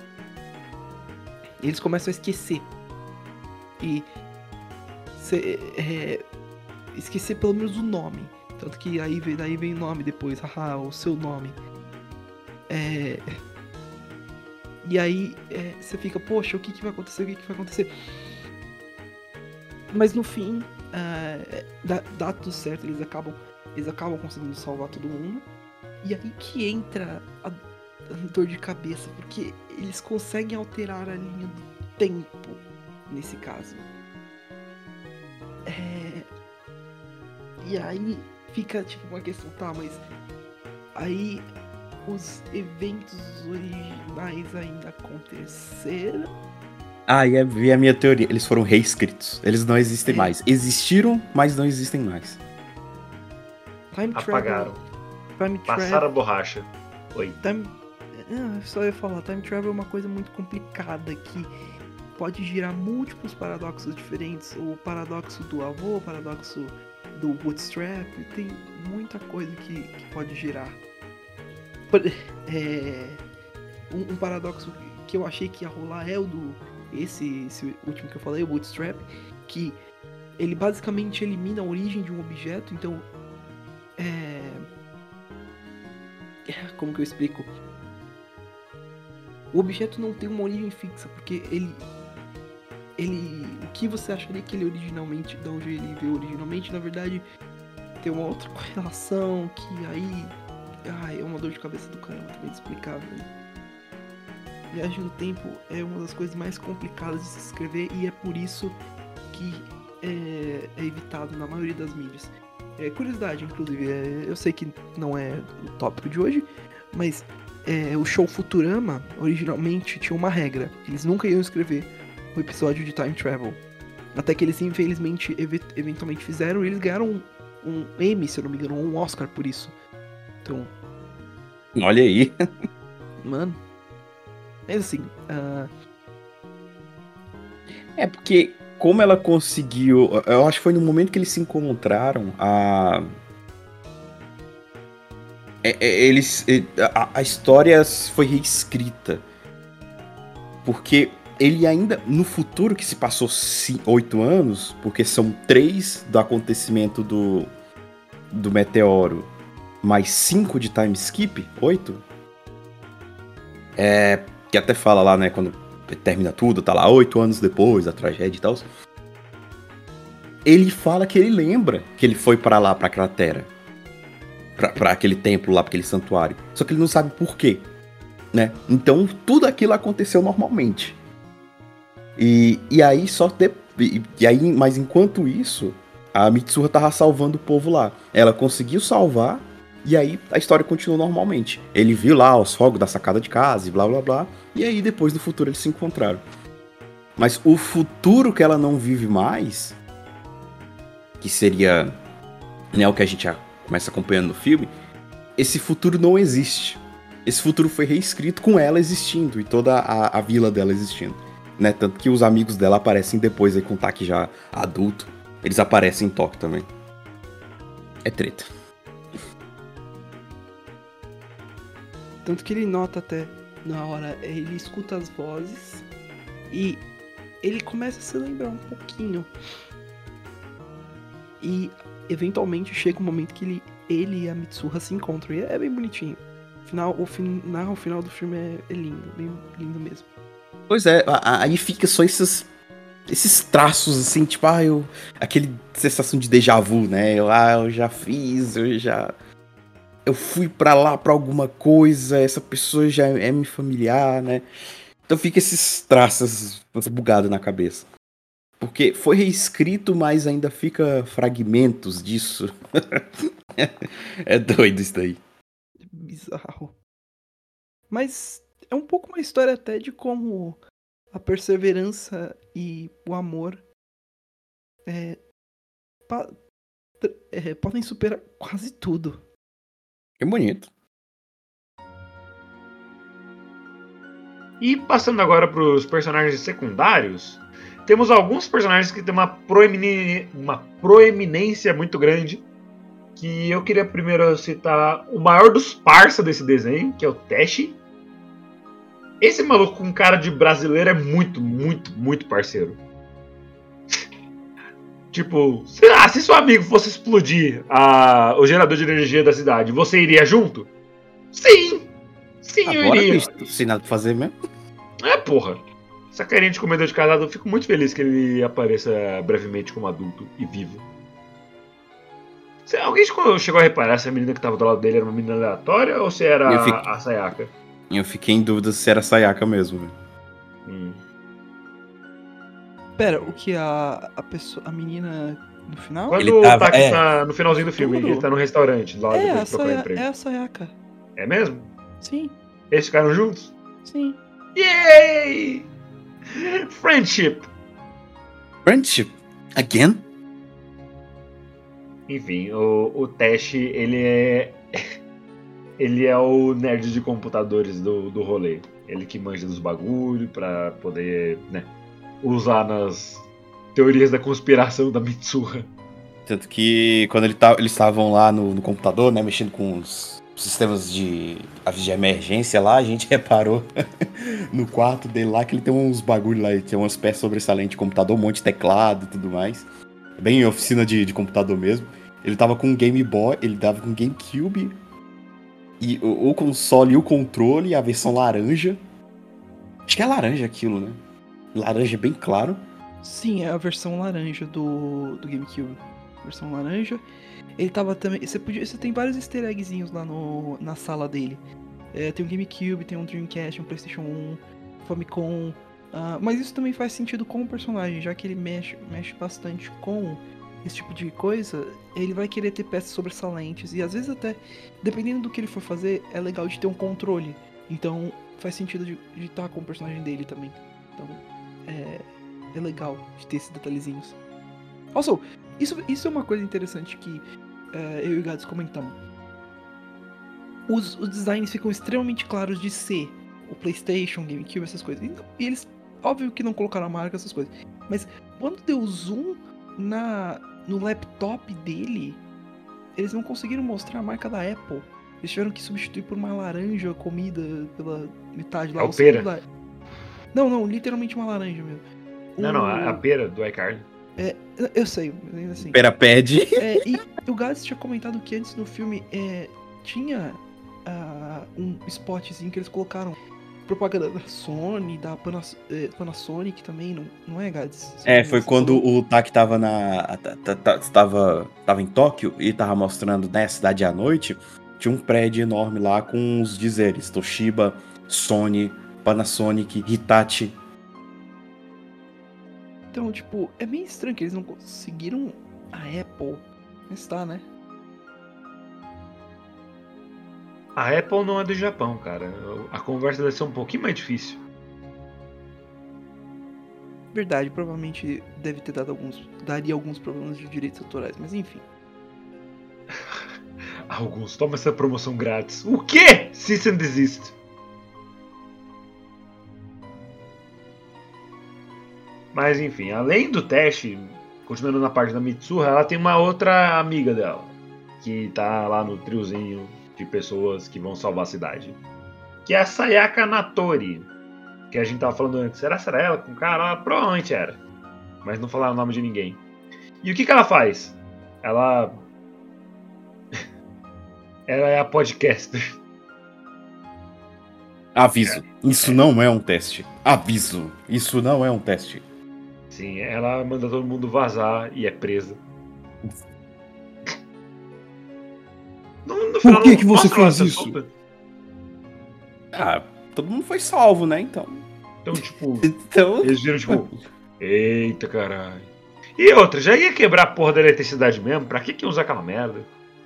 eles começam a esquecer. E cê, é, esquecer pelo menos o nome. Tanto que aí vem, daí vem o nome depois, haha, o seu nome. É... E aí você é, fica, poxa, o que, que vai acontecer, o que, que vai acontecer? Mas no fim, é, dá, dá tudo certo, eles acabam, eles acabam conseguindo salvar todo mundo. E aí que entra a, a dor de cabeça, porque eles conseguem alterar a linha do tempo, nesse caso. É... E aí fica tipo uma questão, tá, mas aí os eventos originais ainda aconteceram? Ah, e é a minha teoria, eles foram reescritos, eles não existem é. mais. Existiram, mas não existem mais. Time Apagaram. Travel, time Passaram travel, a borracha. Oi. Time... Ah, só ia falar, time travel é uma coisa muito complicada que pode girar múltiplos paradoxos diferentes. O paradoxo do avô, o paradoxo do bootstrap, tem muita coisa que, que pode gerar. É, um, um paradoxo que eu achei que ia rolar é o do esse, esse último que eu falei, o bootstrap, que ele basicamente elimina a origem de um objeto. Então é... como que eu explico? O objeto não tem uma origem fixa, porque ele ele, o que você acharia que ele originalmente, de onde ele veio originalmente, na verdade tem uma outra correlação que aí, ai, é uma dor de cabeça do caramba também de explicar, velho. Viagem no tempo é uma das coisas mais complicadas de se escrever e é por isso que é, é evitado na maioria das mídias. É, curiosidade, inclusive, é, eu sei que não é o tópico de hoje, mas é, o show Futurama originalmente tinha uma regra, eles nunca iam escrever o episódio de Time Travel. Até que eles infelizmente ev- eventualmente fizeram e eles ganharam um, um Emmy, se eu não me engano, um Oscar por isso. Então... olha aí. Mano. Mas assim... Uh... É porque como ela conseguiu... Eu acho que foi no momento que eles se encontraram, a... É, é, eles... A, a história foi reescrita. Porque... ele ainda, no futuro que se passou oito anos, porque são três do acontecimento do, do meteoro, mais cinco de time skip, oito? É, que até fala lá, né, quando termina tudo, tá lá oito anos depois da tragédia e tal. Ele fala que ele lembra que ele foi pra lá, pra cratera. Pra, pra aquele templo lá, pra aquele santuário. Só que ele não sabe por quê, né? Então, tudo aquilo aconteceu normalmente. E, e aí só de, e, e aí, mas enquanto isso, a Mitsuha tava salvando o povo lá. Ela conseguiu salvar e aí a história continuou normalmente. Ele viu lá os fogos da sacada de casa e blá blá blá. E aí depois no futuro eles se encontraram. Mas o futuro que ela não vive mais, que seria, né, o que a gente já começa acompanhando no filme, esse futuro não existe. Esse futuro foi reescrito com ela existindo e toda a, a vila dela existindo. Né, tanto que os amigos dela aparecem depois aí com o Taki já adulto. Eles aparecem em Tóquio também. É treta. Tanto que ele nota até na hora, ele escuta as vozes e ele começa a se lembrar um pouquinho. E eventualmente chega um momento que ele ele e a Mitsuha se encontram. E é bem bonitinho. O final, o final, o final do filme é, é lindo, bem lindo mesmo. Pois é, aí fica só esses, esses traços, assim, tipo, ah, eu... Aquele sensação de déjà vu, né? Eu, ah, eu já fiz, eu já... Eu fui pra lá pra alguma coisa, essa pessoa já é me familiar, né? Então fica esses traços bugados na cabeça. Porque foi reescrito, mas ainda fica fragmentos disso. É doido isso daí. Bizarro. Mas é um pouco uma história até de como a perseverança e o amor é, pa- é, podem superar quase tudo. Que bonito. E passando agora para os personagens secundários, temos alguns personagens que têm uma, proemine... uma proeminência muito grande. Que eu queria primeiro citar o maior dos parça desse desenho, que é o Teshi. Esse maluco com cara de brasileiro é muito, muito, muito parceiro. Tipo, se, ah, se seu amigo fosse explodir a, o gerador de energia da cidade, você iria junto? Sim! Sim, eu Agora, iria. bicho, sem nada pra fazer mesmo. É, porra. Essa carinha de comedor de casado, eu fico muito feliz que ele apareça brevemente como adulto e vivo. Alguém chegou a reparar se a menina que tava do lado dele era uma menina aleatória ou se era fiquei... a Sayaka? Eu fiquei em dúvida se era a Sayaka mesmo, velho. Hum. Pera, o que a, a pessoa, a menina no final? Quando Ele o tava- Taki é. tá no finalzinho do filme, Futuro? ele tá no restaurante, lá É, depois a de procurar Saya- emprego. é a Sayaka. É mesmo? Sim, Eles ficaram juntos? sim. Yay! Friendship! Friendship? Again? Enfim, o, o Tesh, ele é. Ele é o nerd de computadores do, do rolê. Ele que manja dos bagulho pra poder, né, usar nas teorias da conspiração da Mitsuha. Tanto que quando ele tá, eles estavam lá no, no computador, né, mexendo com os sistemas de aviso de emergência lá, a gente reparou no quarto dele lá que ele tem uns bagulho lá, ele tem umas peças sobressalentes de computador, um monte de teclado e tudo mais. Bem oficina de, de computador mesmo. Ele tava com um Game Boy, ele tava com um GameCube, e o, o console e o controle, a versão laranja. Acho que é laranja aquilo, né? Laranja bem claro. Sim, é a versão laranja do, do GameCube. Versão laranja. Ele tava também. Você, podia, você tem vários easter eggzinhos lá no, na sala dele. É, tem um GameCube, tem um Dreamcast, um PlayStation um, Famicom. Uh, mas isso também faz sentido com o personagem, já que ele mexe, mexe bastante com esse tipo de coisa. Ele vai querer ter peças sobressalentes. E às vezes até, dependendo do que ele for fazer, é legal de ter um controle. Então faz sentido de estar com o personagem dele também. Então é, é legal de ter esses detalhezinhos. Also, isso, isso é uma coisa interessante que é, eu e o Gads comentamos. Os, os designs ficam extremamente claros de ser o PlayStation, GameCube, essas coisas. E, e eles, óbvio que não colocaram a marca, essas coisas. Mas quando deu zoom na, no laptop dele, eles não conseguiram mostrar a marca da Apple. Eles tiveram que substituir por uma laranja comida pela metade lá. É o pera. Da... Não, não, literalmente uma laranja mesmo. Não, o... não, a, a pera do iCarly. É, eu sei, mas ainda assim. Pera pad. É, e o Gads tinha comentado que antes no filme é, tinha uh, um spotzinho que eles colocaram propaganda da Sony, da Panas- eh, Panasonic também, não, não é, Gads? É, foi quando o Taki tava na. Tava, tava em Tóquio e tava mostrando, né, a cidade à noite. Tinha um prédio enorme lá com os dizeres: Toshiba, Sony, Panasonic, Hitachi. Então, tipo, é meio estranho que eles não conseguiram a Apple. Mas tá, né? A Apple não é do Japão, cara. A conversa deve ser um pouquinho mais difícil. Verdade, provavelmente deve ter dado alguns. Daria alguns problemas de direitos autorais, mas enfim. Alguns, toma essa promoção grátis. O quê? Cease and desist. Mas enfim, além do teste, continuando na parte da Mitsuha, ela tem uma outra amiga dela, que tá lá no triozinho de pessoas que vão salvar a cidade, que é a Sayaka Natori, que a gente tava falando antes. Será, será ela com cara? Ela provavelmente era, mas não falaram o nome de ninguém. E o que que ela faz? Ela Ela é a podcaster. Aviso, isso não é um teste. Aviso, isso não é um teste. Sim, ela manda todo mundo vazar e é presa. No, no Por que não que você mostra ela fez ser isso? solta. Ah, todo mundo foi salvo, né? Então. Então, tipo, Então. eles viram, tipo, eita caralho. E outra, já ia quebrar a porra da eletricidade mesmo? Pra que que ia usar aquela merda?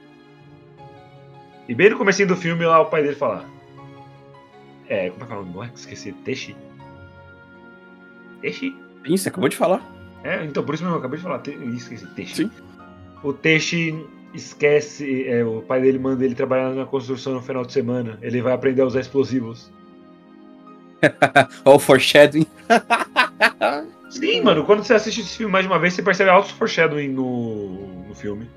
E bem no comecinho do filme, lá o pai dele fala... É, como é que é o nome? Não é que esqueci? Teixe? Teixe? Sim, você acabou de falar. É, então por isso mesmo eu acabei de falar. Te... Esqueci, Teixe. Sim. O Teixe esquece... É, o pai dele manda ele trabalhar na construção no final de semana. Ele vai aprender a usar explosivos. Olha o foreshadowing. Sim, mano, quando você assiste esse filme mais de uma vez, você percebe altos foreshadowing no, no filme.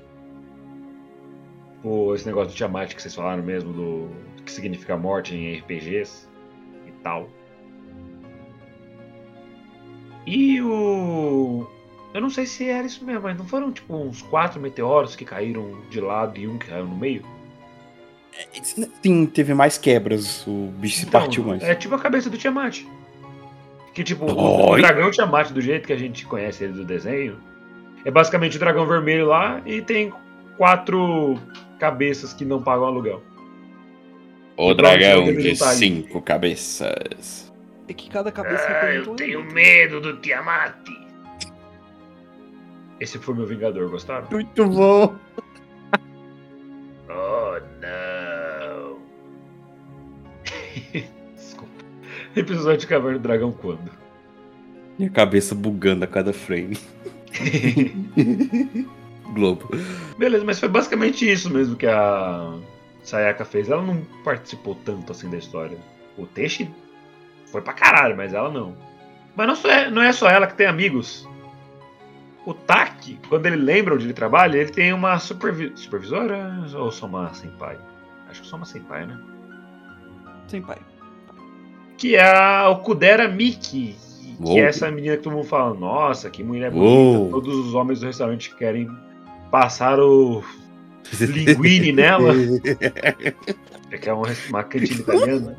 Pô, esse negócio do Tiamat que vocês falaram mesmo, do que significa morte em R P Gs e tal. E o... Eu não sei se era isso mesmo, mas não foram tipo uns quatro meteoros que caíram de lado e um que caiu no meio? Sim, teve mais quebras. O bicho se Então, partiu mais. é tipo a cabeça do Tiamat. Que tipo, o, o Oi? dragão Tiamat, do jeito que a gente conhece ele do desenho, é basicamente o dragão vermelho lá e tem quatro cabeças que não pagam aluguel. O E dragão provavelmente ele de não tá ali. cinco cabeças. É que cada cabeça Ah, representa eu um tenho elemento. medo do Tiamat. Esse foi meu Vingador, gostaram? Muito bom. Oh, não. Desculpa. Episódio de Caverna do Dragão quando? Minha cabeça bugando a cada frame. Globo. Beleza, mas foi basicamente isso mesmo que a Sayaka fez. Ela não participou tanto assim da história. O Teixe foi pra caralho, mas ela não. Mas não, só é, não é só ela que tem amigos. O Taki, quando ele lembra onde ele trabalha, ele tem uma supervi supervisora ou só uma senpai? Acho que só uma senpai, né? Sem pai. Que é a Okudera Miki. Que Uou. é essa menina que todo mundo fala, nossa, que mulher Uou. bonita. Todos os homens do restaurante querem passar o linguine nela. Que é uma, uma cantina italiana.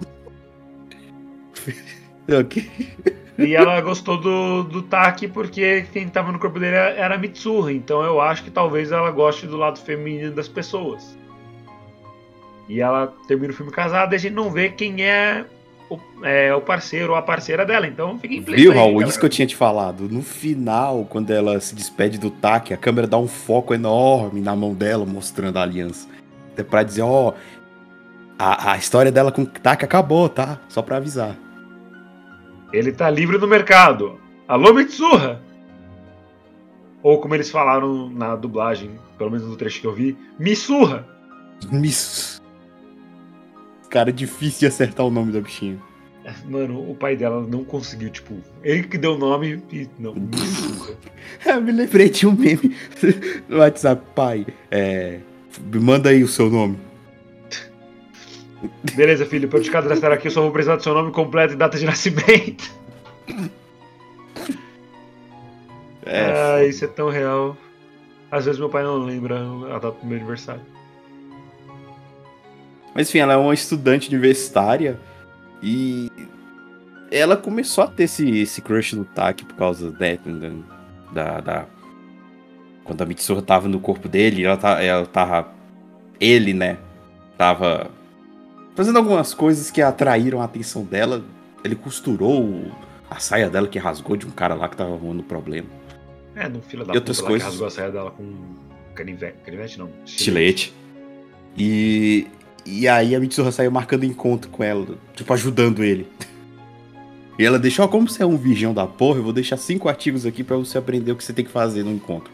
Ok. E ela gostou do, do Taki porque quem tava no corpo dele era a Mitsuha. Então eu acho que talvez ela goste do lado feminino das pessoas. E ela termina o filme casada e a gente não vê quem é o, é, o parceiro ou a parceira dela. Então fica implícito. Viu, aí, Raul? galera. Isso que eu tinha te falado. No final, quando ela se despede do Taki, a câmera dá um foco enorme na mão dela, mostrando a aliança. Até pra dizer, ó, a, a história dela com o Taki acabou, tá? Só pra avisar. Ele tá livre no mercado. Alô, Mitsuha! Ou como eles falaram na dublagem, pelo menos no trecho que eu vi, Missurra! Miss. Cara, difícil de acertar o nome da bichinha. Mano, o pai dela não conseguiu, tipo, ele que deu o nome e não, Missurra. Eu me lembrei de um meme no WhatsApp, pai. É. Me manda aí o seu nome. Beleza, filho, pra eu te cadastrar aqui, eu só vou precisar do seu nome completo e data de nascimento. É, ah, isso é tão real. Às vezes meu pai não lembra a data do meu aniversário. Mas enfim, ela é uma estudante universitária e ela começou a ter esse, esse crush no Taki por causa né, da, da. Quando a Mitsuha tava no corpo dele, ela, tá, ela tava. Ele, né? Tava fazendo algumas coisas que atraíram a atenção dela. Ele costurou a saia dela que rasgou de um cara lá que tava arrumando problema. É, no filho da E outras puta lá coisas. que rasgou a saia dela com canivete. Canivete não. Estilete. E. E aí a Mitsuha saiu marcando encontro com ela, tipo, ajudando ele. E ela deixou, ó, como você é um virgão da porra, eu vou deixar cinco artigos aqui pra você aprender o que você tem que fazer no encontro.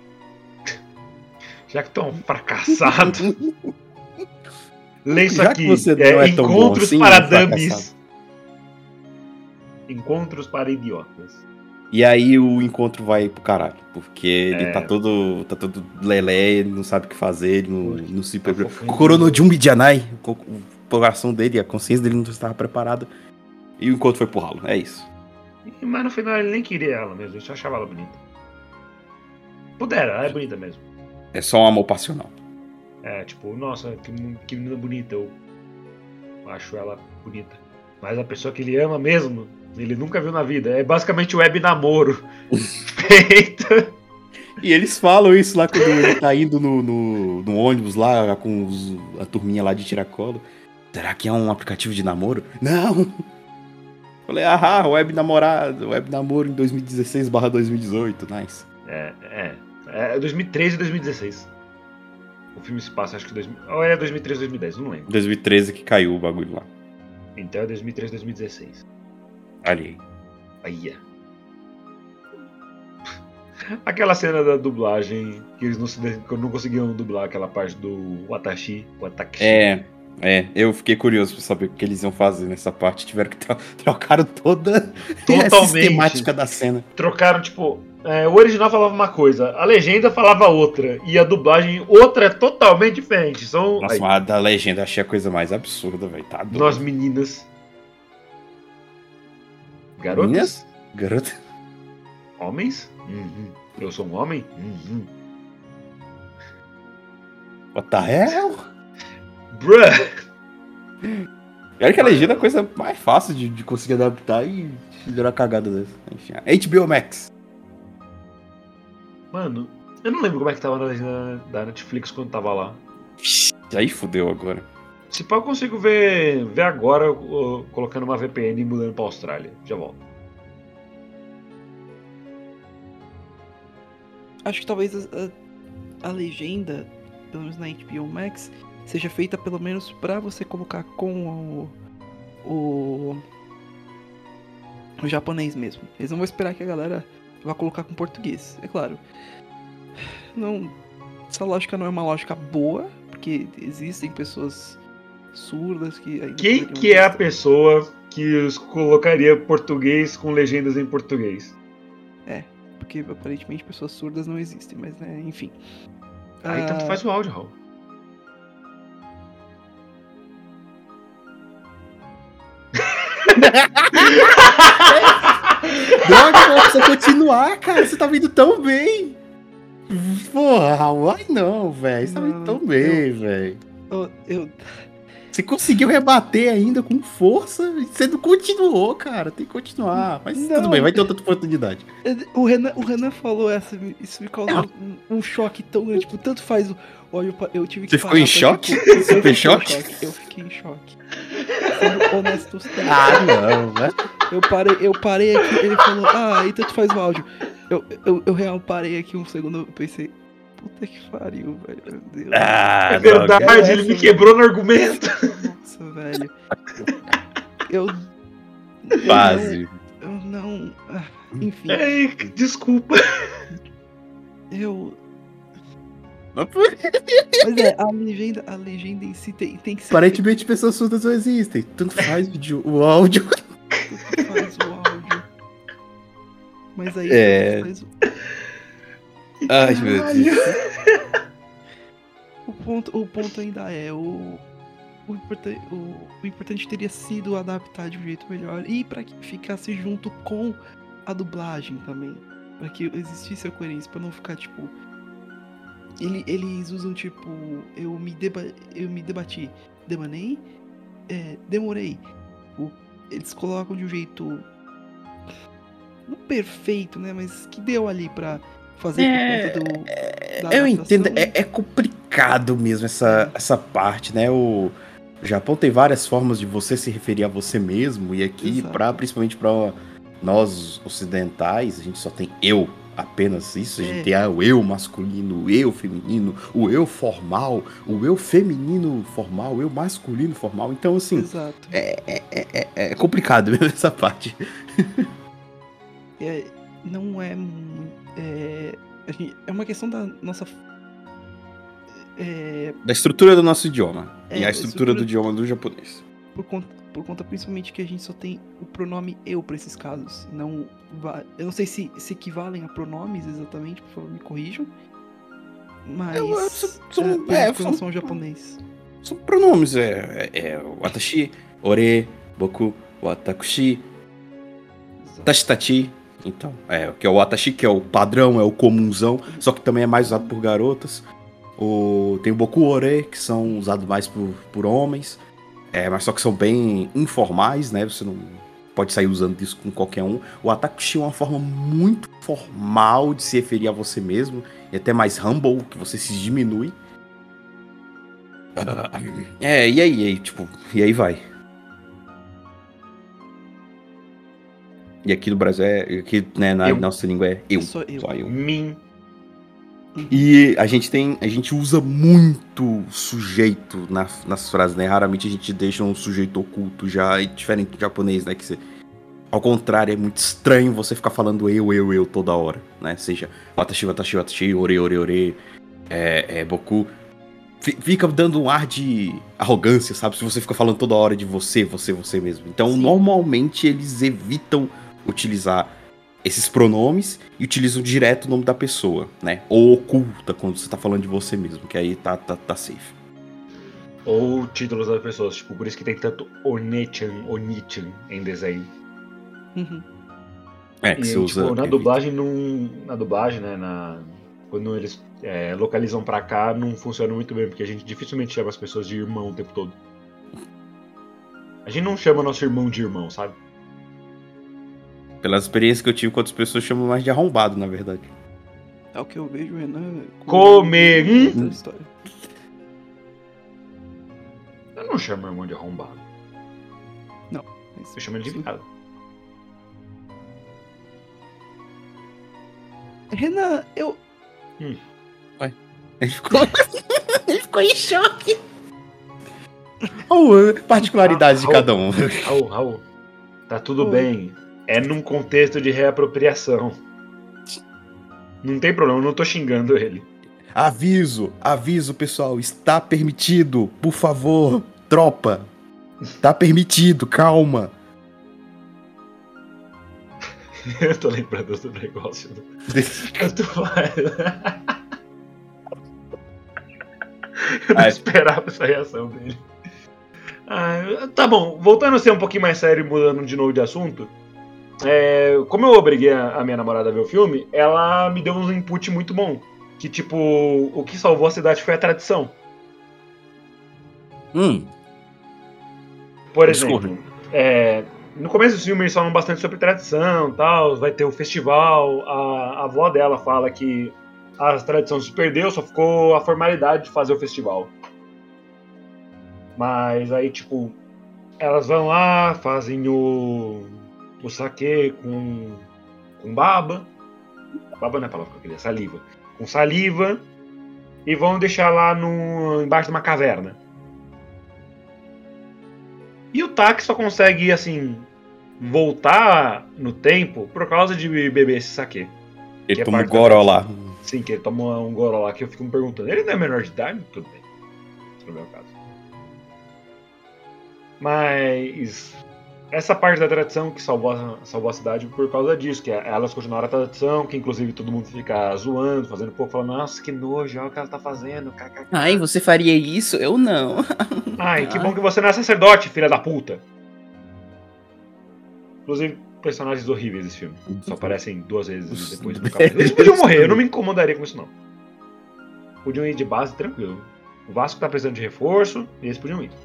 Já que tão fracassado. Lê isso Já aqui. que você é, não é tão bom Encontros assim, para um fracassado. dummies. Encontros para idiotas. E aí o encontro vai pro caralho, porque ele É. tá todo tá todo lelé, ele não sabe o que fazer, ele não, Pô, não se tá prepara. fofinho. Kokoro Jumbi Janai, o coração dele, a consciência dele não estava preparada. E o encontro foi pro ralo, é isso. Mas no final ele nem queria ela mesmo, ele só achava ela bonita. Pudera, ela é bonita mesmo. É só um amor passional. É, tipo, nossa, que, que menina bonita, eu acho ela bonita. Mas a pessoa que ele ama mesmo, ele nunca viu na vida. É basicamente web namoro feito. E eles falam isso lá quando ele tá indo no, no, no ônibus lá com os, a turminha lá de tiracolo. Será que é um aplicativo de namoro? Não! Falei, ah, web namorado, web namoro em dois mil e dezesseis barra dois mil e dezoito, nice. É, é. É dois mil e treze e dois mil e dezesseis. O filme se passa, acho que dois mil... ou é dois mil e treze ou dois mil e dez, não lembro. dois mil e treze que caiu o bagulho lá. Então é dois mil e treze, dois mil e dezesseis. Ali. Aí. Aquela cena da dublagem que eles não, se, não conseguiam dublar aquela parte do Watashi, Watashi. É, é, eu fiquei curioso pra saber o que eles iam fazer nessa parte. Tiveram que tro trocaram toda Totalmente. a sistemática da cena. Trocaram, tipo, é, o original falava uma coisa, a legenda falava outra, e a dublagem outra é totalmente diferente. São, Nossa, aí, mas a da legenda eu achei a coisa mais absurda, velho. Tá doido. nós meninas. Garotas? Meninas? Garota. Homens? Uhum. Eu sou um homem? Uhum. What the hell? Bruh! Olha que a legenda é a coisa mais fácil de, de conseguir adaptar e fizeram uma cagada dessa. Enfim, H B O Max. Mano, eu não lembro como é que tava na legenda da Netflix quando tava lá. Aí fudeu agora. Se pá, eu consigo ver, ver agora uh, colocando uma V P N e mudando pra Austrália. Já volto. Acho que talvez a, a legenda, pelo menos na H B O Max, seja feita pelo menos pra você colocar com o, o, o japonês mesmo. Eles não vão esperar que a galera vá colocar com português, é claro. Não, essa lógica não é uma lógica boa, porque existem pessoas surdas que... ainda Quem poderiam que é a gostar. pessoa que colocaria português com legendas em português? Porque aparentemente pessoas surdas não existem, mas né, enfim. Aí Ah, tanto faz o áudio, Raul. Droga, precisa continuar, cara. Você tá vindo tão bem. Porra, Raul, ai não, velho. Você tá vindo tão Não, bem, velho. eu, eu, Você conseguiu rebater ainda com força e você não continuou, cara. Tem que continuar. Mas Não. tudo bem, vai ter outra oportunidade. o, Renan, o Renan falou essa, isso me causou um, um choque tão grande. Tipo, tanto faz o. Olha, eu, eu tive que Você ficou em parar pra, choque? tipo, Você eu ficou em fiquei choque? Eu fiquei em choque. Sendo honesto, Ah, não, né? eu parei, eu parei aqui, ele falou, ah, e tanto faz o áudio. Eu, eu, eu real parei aqui um segundo, eu pensei, puta que pariu, velho, meu Deus. Ah, É verdade, droga. ele me quebrou no argumento. Nossa, velho. Eu. Quase. Eu não. Eu não ah, enfim, Ei, desculpa. eu. Mas, Mas é, a legenda, a legenda em si tem, tem que ser. aparentemente pessoas surdas não existem. Tanto faz o, vídeo, o áudio. Tanto faz o áudio. Mas aí. É. Faz o... Ai, meu Deus. O ponto, o ponto ainda é o. O, importan o, o importante teria sido adaptar de um jeito melhor e pra que ficasse junto com a dublagem também. Pra que existisse a coerência, pra não ficar tipo. Ele, eles usam tipo. Eu me, deba eu me debati. Demanei. É, demorei. O, eles colocam de um jeito. Não perfeito, né? Mas que deu ali pra fazer É, por conta do. da Eu adaptação. entendo, é, é complicado mesmo essa, essa parte, né? O, o Japão tem várias formas de você se referir a você mesmo, e aqui, Exato. pra, principalmente para nós ocidentais, a gente só tem eu, apenas isso. A gente É. tem ah, o eu masculino, o eu feminino, o eu formal, o eu feminino formal, o eu masculino formal. Então, assim, Exato. é, é, é, é complicado mesmo essa parte. É, não é muito. É, a gente- é uma questão da nossa. É, Da estrutura do nosso idioma É, e a a estrutura estrutura- do idioma do japonês. por, conta, por conta principalmente que a gente só tem o pronome eu pra esses casos. Não va- eu não sei se, se equivalem a pronomes exatamente, por favor, me corrijam. Mas. Eu- eu- são- são- é, pelo é, menos com são- relação ao japonês. São pronomes, é, é, é watashi, ore, boku, watakushi, Exato. tashitachi. Então, é, que é o watashi, que é o padrão, é o comunzão, só que também é mais usado por garotas. O, tem o Boku Ore, que são usados mais por, por homens, é, mas só que são bem informais, né? Você não pode sair usando isso com qualquer um. O Atakushi é uma forma muito formal de se referir a você mesmo, e até mais humble, que você se diminui. É, e aí, e aí, tipo, e aí vai. E aqui no Brasil é, aqui, né, na Eu. nossa língua é eu, Só eu. só eu. Mim. E a gente tem, a gente usa muito sujeito na, nas frases, né? Raramente a gente deixa um sujeito oculto já, diferente do japonês, né? Que você, ao contrário, é muito estranho você ficar falando eu, eu, eu toda hora, né? Seja watashi, watashi, watashi, ore, ore, ore, é, é, boku. F- fica dando um ar de arrogância, sabe? Se você fica falando toda hora de você, você, você mesmo. Então, Sim. normalmente, eles evitam utilizar esses pronomes e utilizam direto o nome da pessoa, né? Ou oculta quando você tá falando de você mesmo, que aí tá, tá, tá safe. Ou títulos das pessoas, tipo, por isso que tem tanto Onechan, Onichan em desenho. Uhum. É, que E, você tipo, usa... na evita. dublagem não. Na dublagem, né? Na, quando eles é, localizam pra cá, não funciona muito bem, porque a gente dificilmente chama as pessoas de irmão o tempo todo. A gente não chama nosso irmão de irmão, sabe? Pelas experiências que eu tive com outras pessoas, chamam mais de arrombado, na verdade. É o que eu vejo, Renan. Comer. Hum? Outra história. Eu não chamo meu irmão de arrombado. Mas- Eu chamo ele de sim. viado. Renan, eu. Ele ficou... Ele ficou em choque. Oh, particularidades de cada um. Raul, Raul. Tá tudo Oi. bem. É num contexto de reapropriação. Não tem problema, eu não tô xingando ele. Aviso, aviso, pessoal. Está permitido, por favor. Tropa. Tá permitido, calma. Eu tô lembrando do negócio. Do... Eu tô... Eu não Ai. esperava essa reação dele. Ah, tá bom, voltando a ser um pouquinho mais sério e mudando de novo de assunto. É, como eu obriguei a, a minha namorada a ver o filme, ela me deu um input muito bom. Que tipo, o que salvou a cidade foi a tradição. Hum, Por Discordo. exemplo, é, no começo do filme eles falam bastante sobre tradição e tal, vai ter o festival, a, a avó dela fala que a tradição se perdeu, só ficou a formalidade de fazer o festival. Mas aí, tipo, elas vão lá, fazem o, o saquê com, com baba. Baba não é a palavra que eu queria, saliva. Com saliva. E vão deixar lá no, embaixo de uma caverna. E o Taki só consegue, assim, voltar no tempo por causa de beber esse saquê. ele Que é toma um parte da goró tradição. lá. Sim, que ele toma um goró lá que eu fico me perguntando. Ele não é menor de idade? Tudo bem. Não é o caso. Mas essa parte da tradição que salvou a, salvou a cidade por causa disso, que é- elas continuaram a tradição, que inclusive todo mundo fica zoando, fazendo pouco, falando, nossa, que nojo, olha o que ela tá fazendo, kkk. Ai, você faria isso? Eu não. Ai, que bom que você não é sacerdote, filha da puta. Inclusive, personagens horríveis desse filme. Só aparecem duas vezes depois do capítulo. Eles podiam morrer, eu não me incomodaria com isso, não. Podiam ir de base tranquilo. O Vasco tá precisando de reforço, e eles podiam ir.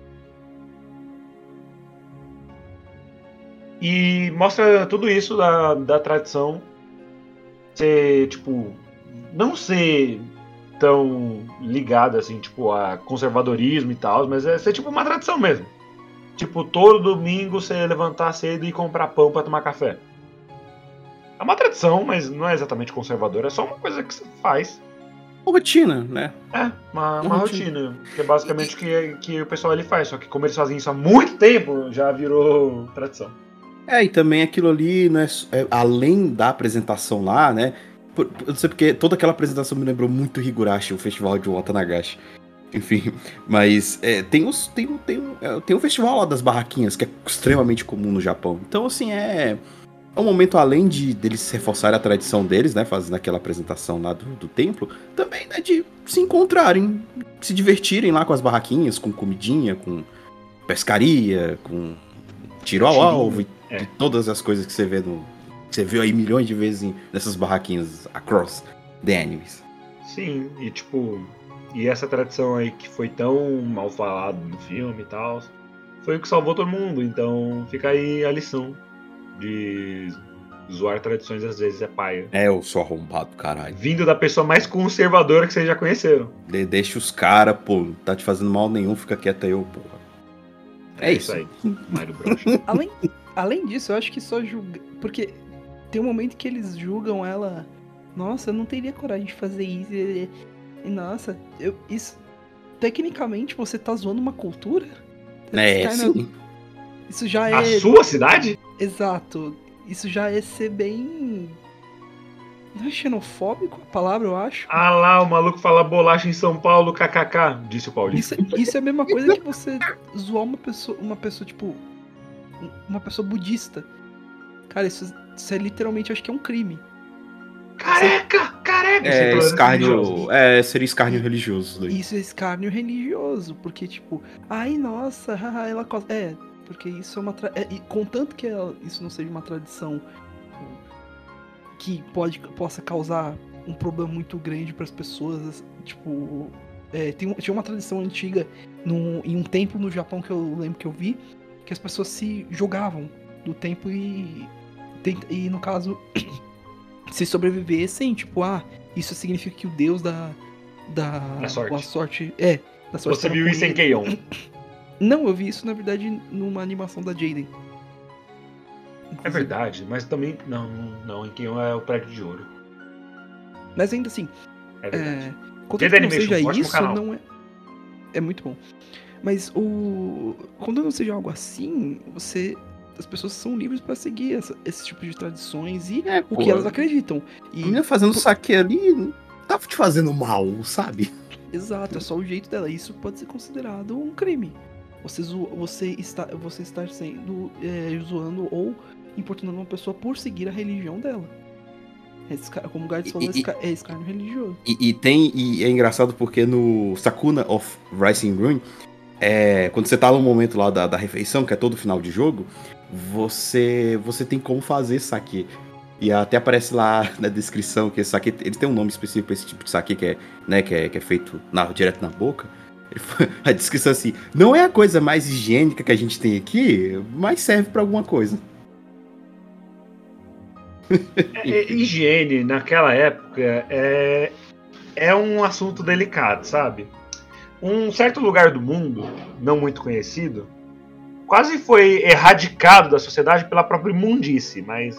E mostra tudo isso da, da tradição ser, tipo, não ser tão ligada, assim, tipo, a conservadorismo e tal, mas é ser, tipo, uma tradição mesmo. Tipo, todo domingo você levantar cedo e comprar pão pra tomar café. É uma tradição, mas não é exatamente conservadora, é só uma coisa que você faz. Rotina, né? É, uma, uma Uma rotina. rotina, que é basicamente o que, que o pessoal ali faz, só que como eles fazem isso há muito tempo, já virou tradição. É, e também aquilo ali, né, é, além da apresentação lá, né, por, eu não sei porque toda aquela apresentação me lembrou muito Higurashi, o festival de Watanagashi. Enfim, mas é, tem, os, tem, um- tem, um, é, tem um festival lá das barraquinhas, que é extremamente comum no Japão. Então, assim, é, é um momento, além de deles reforçarem a tradição deles, né, fazendo aquela apresentação lá do, do templo, também, né, de se encontrarem, se divertirem lá com as barraquinhas, com comidinha, com pescaria, com tiro ao Tirinho, alvo e é. de todas as coisas que você vê no, que você viu aí milhões de vezes em, nessas barraquinhas across the animes. Sim, e tipo, E essa tradição aí que foi tão mal falada no filme e tal, foi o que salvou todo mundo. Então fica aí a lição de zoar tradições às vezes é paia. É, eu sou arrombado, caralho. Vindo da pessoa mais conservadora que vocês já conheceram. De- deixa os caras, pô, não tá te fazendo mal nenhum, fica quieto aí, ô porra. É, É isso. aí, Mário Brocha. Além, além disso, eu acho que só julga. Porque tem um momento que eles julgam ela. Nossa, eu não teria coragem de fazer isso. E, e, nossa, eu, isso. Tecnicamente você tá zoando uma cultura? É, Esse cara- sim. Isso já A é. sua cidade? Exato. Isso já é ser bem. Não é xenofóbico a palavra, eu acho. Ah lá, o maluco fala bolacha em São Paulo, kkk, disse o Paulinho. Isso, isso é a mesma coisa que você zoar uma pessoa, uma pessoa, tipo. Uma pessoa budista. Cara, isso, isso é literalmente, acho que é um crime. Careca, careca. É, Você escárnio. É, seria escárnio religioso daí. Isso é escárnio religioso, porque, tipo, ai, nossa, haha, ela. cos- É, porque isso é uma. Tra... é, e contanto que ela- isso não seja uma tradição que pode, possa causar um problema muito grande para as pessoas, tipo. É, tem, um- tinha uma tradição antiga num, em um templo no Japão que eu lembro que eu vi, que as pessoas se jogavam do templo e. tem- E no caso. se sobrevivessem, tipo, ah, isso significa que o deus da. Da, Da sorte. boa sorte. É, da sorte. Você tava viu com isso em ele. Keion? Não, eu vi isso na verdade numa animação da Jaden. É verdade, mas também. Não, não, em Keion é o prédio de ouro. Mas ainda assim, É verdade. é, contanto Jade que não Animation, seja ótimo isso, canal. não é. É muito bom. Mas o. Quando não seja algo assim, você. As pessoas são livres pra seguir essa- esse tipo de tradições e É, o pô. que elas acreditam. A E, menina fazendo saque ali não tava te fazendo mal, sabe? exato, é só o jeito dela. Isso pode ser considerado um crime. Você, zo- você, está, você estar sendo é, zoando ou importunando uma pessoa por seguir a religião dela. É esca- como o Gardes falou, E- é esca- é escárnio religioso. E, e tem, e é engraçado porque no Sakuna of Rising Ruin, é, quando você tá no momento lá da, da refeição, que é todo final de jogo, você você tem como fazer saque. E até aparece lá na descrição que esse saque, ele tem um nome específico pra esse tipo de saque que é, né, que é, que é feito na- direto na boca. Ele fa- A descrição assim, não é a coisa mais higiênica que a gente tem aqui, mas serve pra alguma coisa. É, é, higiene naquela época é, é um assunto delicado, sabe? Um certo lugar do mundo, não muito conhecido, quase foi erradicado da sociedade pela própria imundície, mas.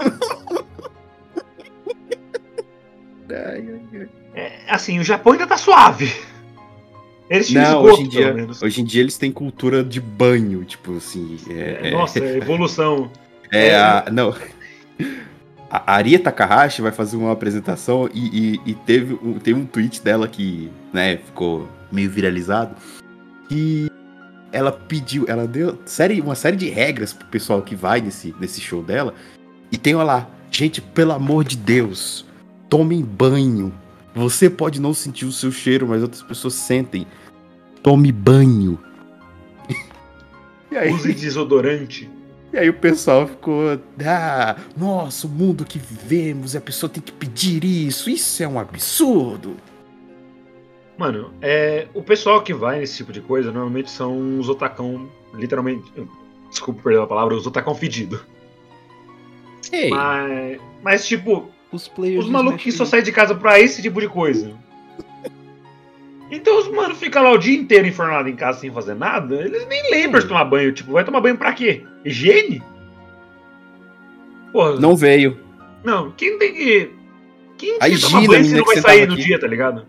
É, assim, o Japão ainda tá suave. Eles tinham Não, esgoto, hoje em, dia, pelo menos. hoje em dia eles têm cultura de banho, tipo assim. É, é- Nossa, evolução. É, a, não. A Aria Takahashi vai fazer uma apresentação e, e, e teve, um, teve um tweet dela que, né, ficou meio viralizado. Que ela pediu, ela deu série, uma série de regras pro pessoal que vai nesse, nesse show dela. E tem, olha lá, gente, pelo amor de Deus, tomem banho. Você pode não sentir o seu cheiro, mas outras pessoas sentem. Tome banho. E aí, Use desodorante. e aí o pessoal ficou, ah, nossa, o mundo que vivemos, e a pessoa tem que pedir isso, isso é um absurdo. Mano, é, o pessoal que vai nesse tipo de coisa normalmente são os otacão, literalmente. Desculpa perder a palavra, os otacão fedido. Ei, Mas, mas, tipo, Os players. os do malucos que Smash só Bros. saem de casa pra esse tipo de coisa. Então os mano ficam lá o dia inteiro enfornado em casa sem fazer nada, eles nem lembram de tomar banho. Tipo, vai tomar banho pra quê? Higiene? Porra, não veio. não, quem tem que. Quem A que toma Gina, banho a se menina não que vai sentava sair no aqui. dia, tá ligado?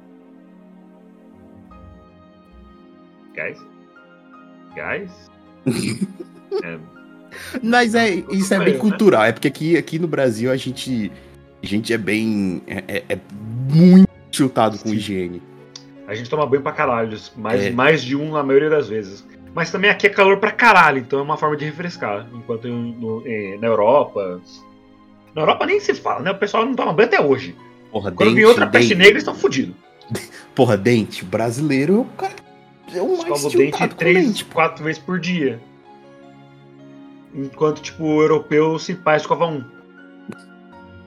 Guys? Guys? É, Mas é, isso é Tudo bem bem, cultural, é porque aqui, aqui no Brasil a gente, a gente é bem, é, é- é muito chutado com Sim. higiene. a gente toma banho pra caralho, mais, É. mais de um na maioria das vezes. Mas também aqui é calor pra caralho, então é uma forma de refrescar. Enquanto em- no- eh, na Europa. Na Europa nem se fala, né? O pessoal não toma banho até hoje. Porra, Quando dente, vem outra peste dente. negra, eles estão fodidos. Porra, dente, brasileiro, o cara é o mais Escova o dente tiltado com três, dente. quatro vezes por dia. Enquanto, tipo, o europeu se pá, escova um.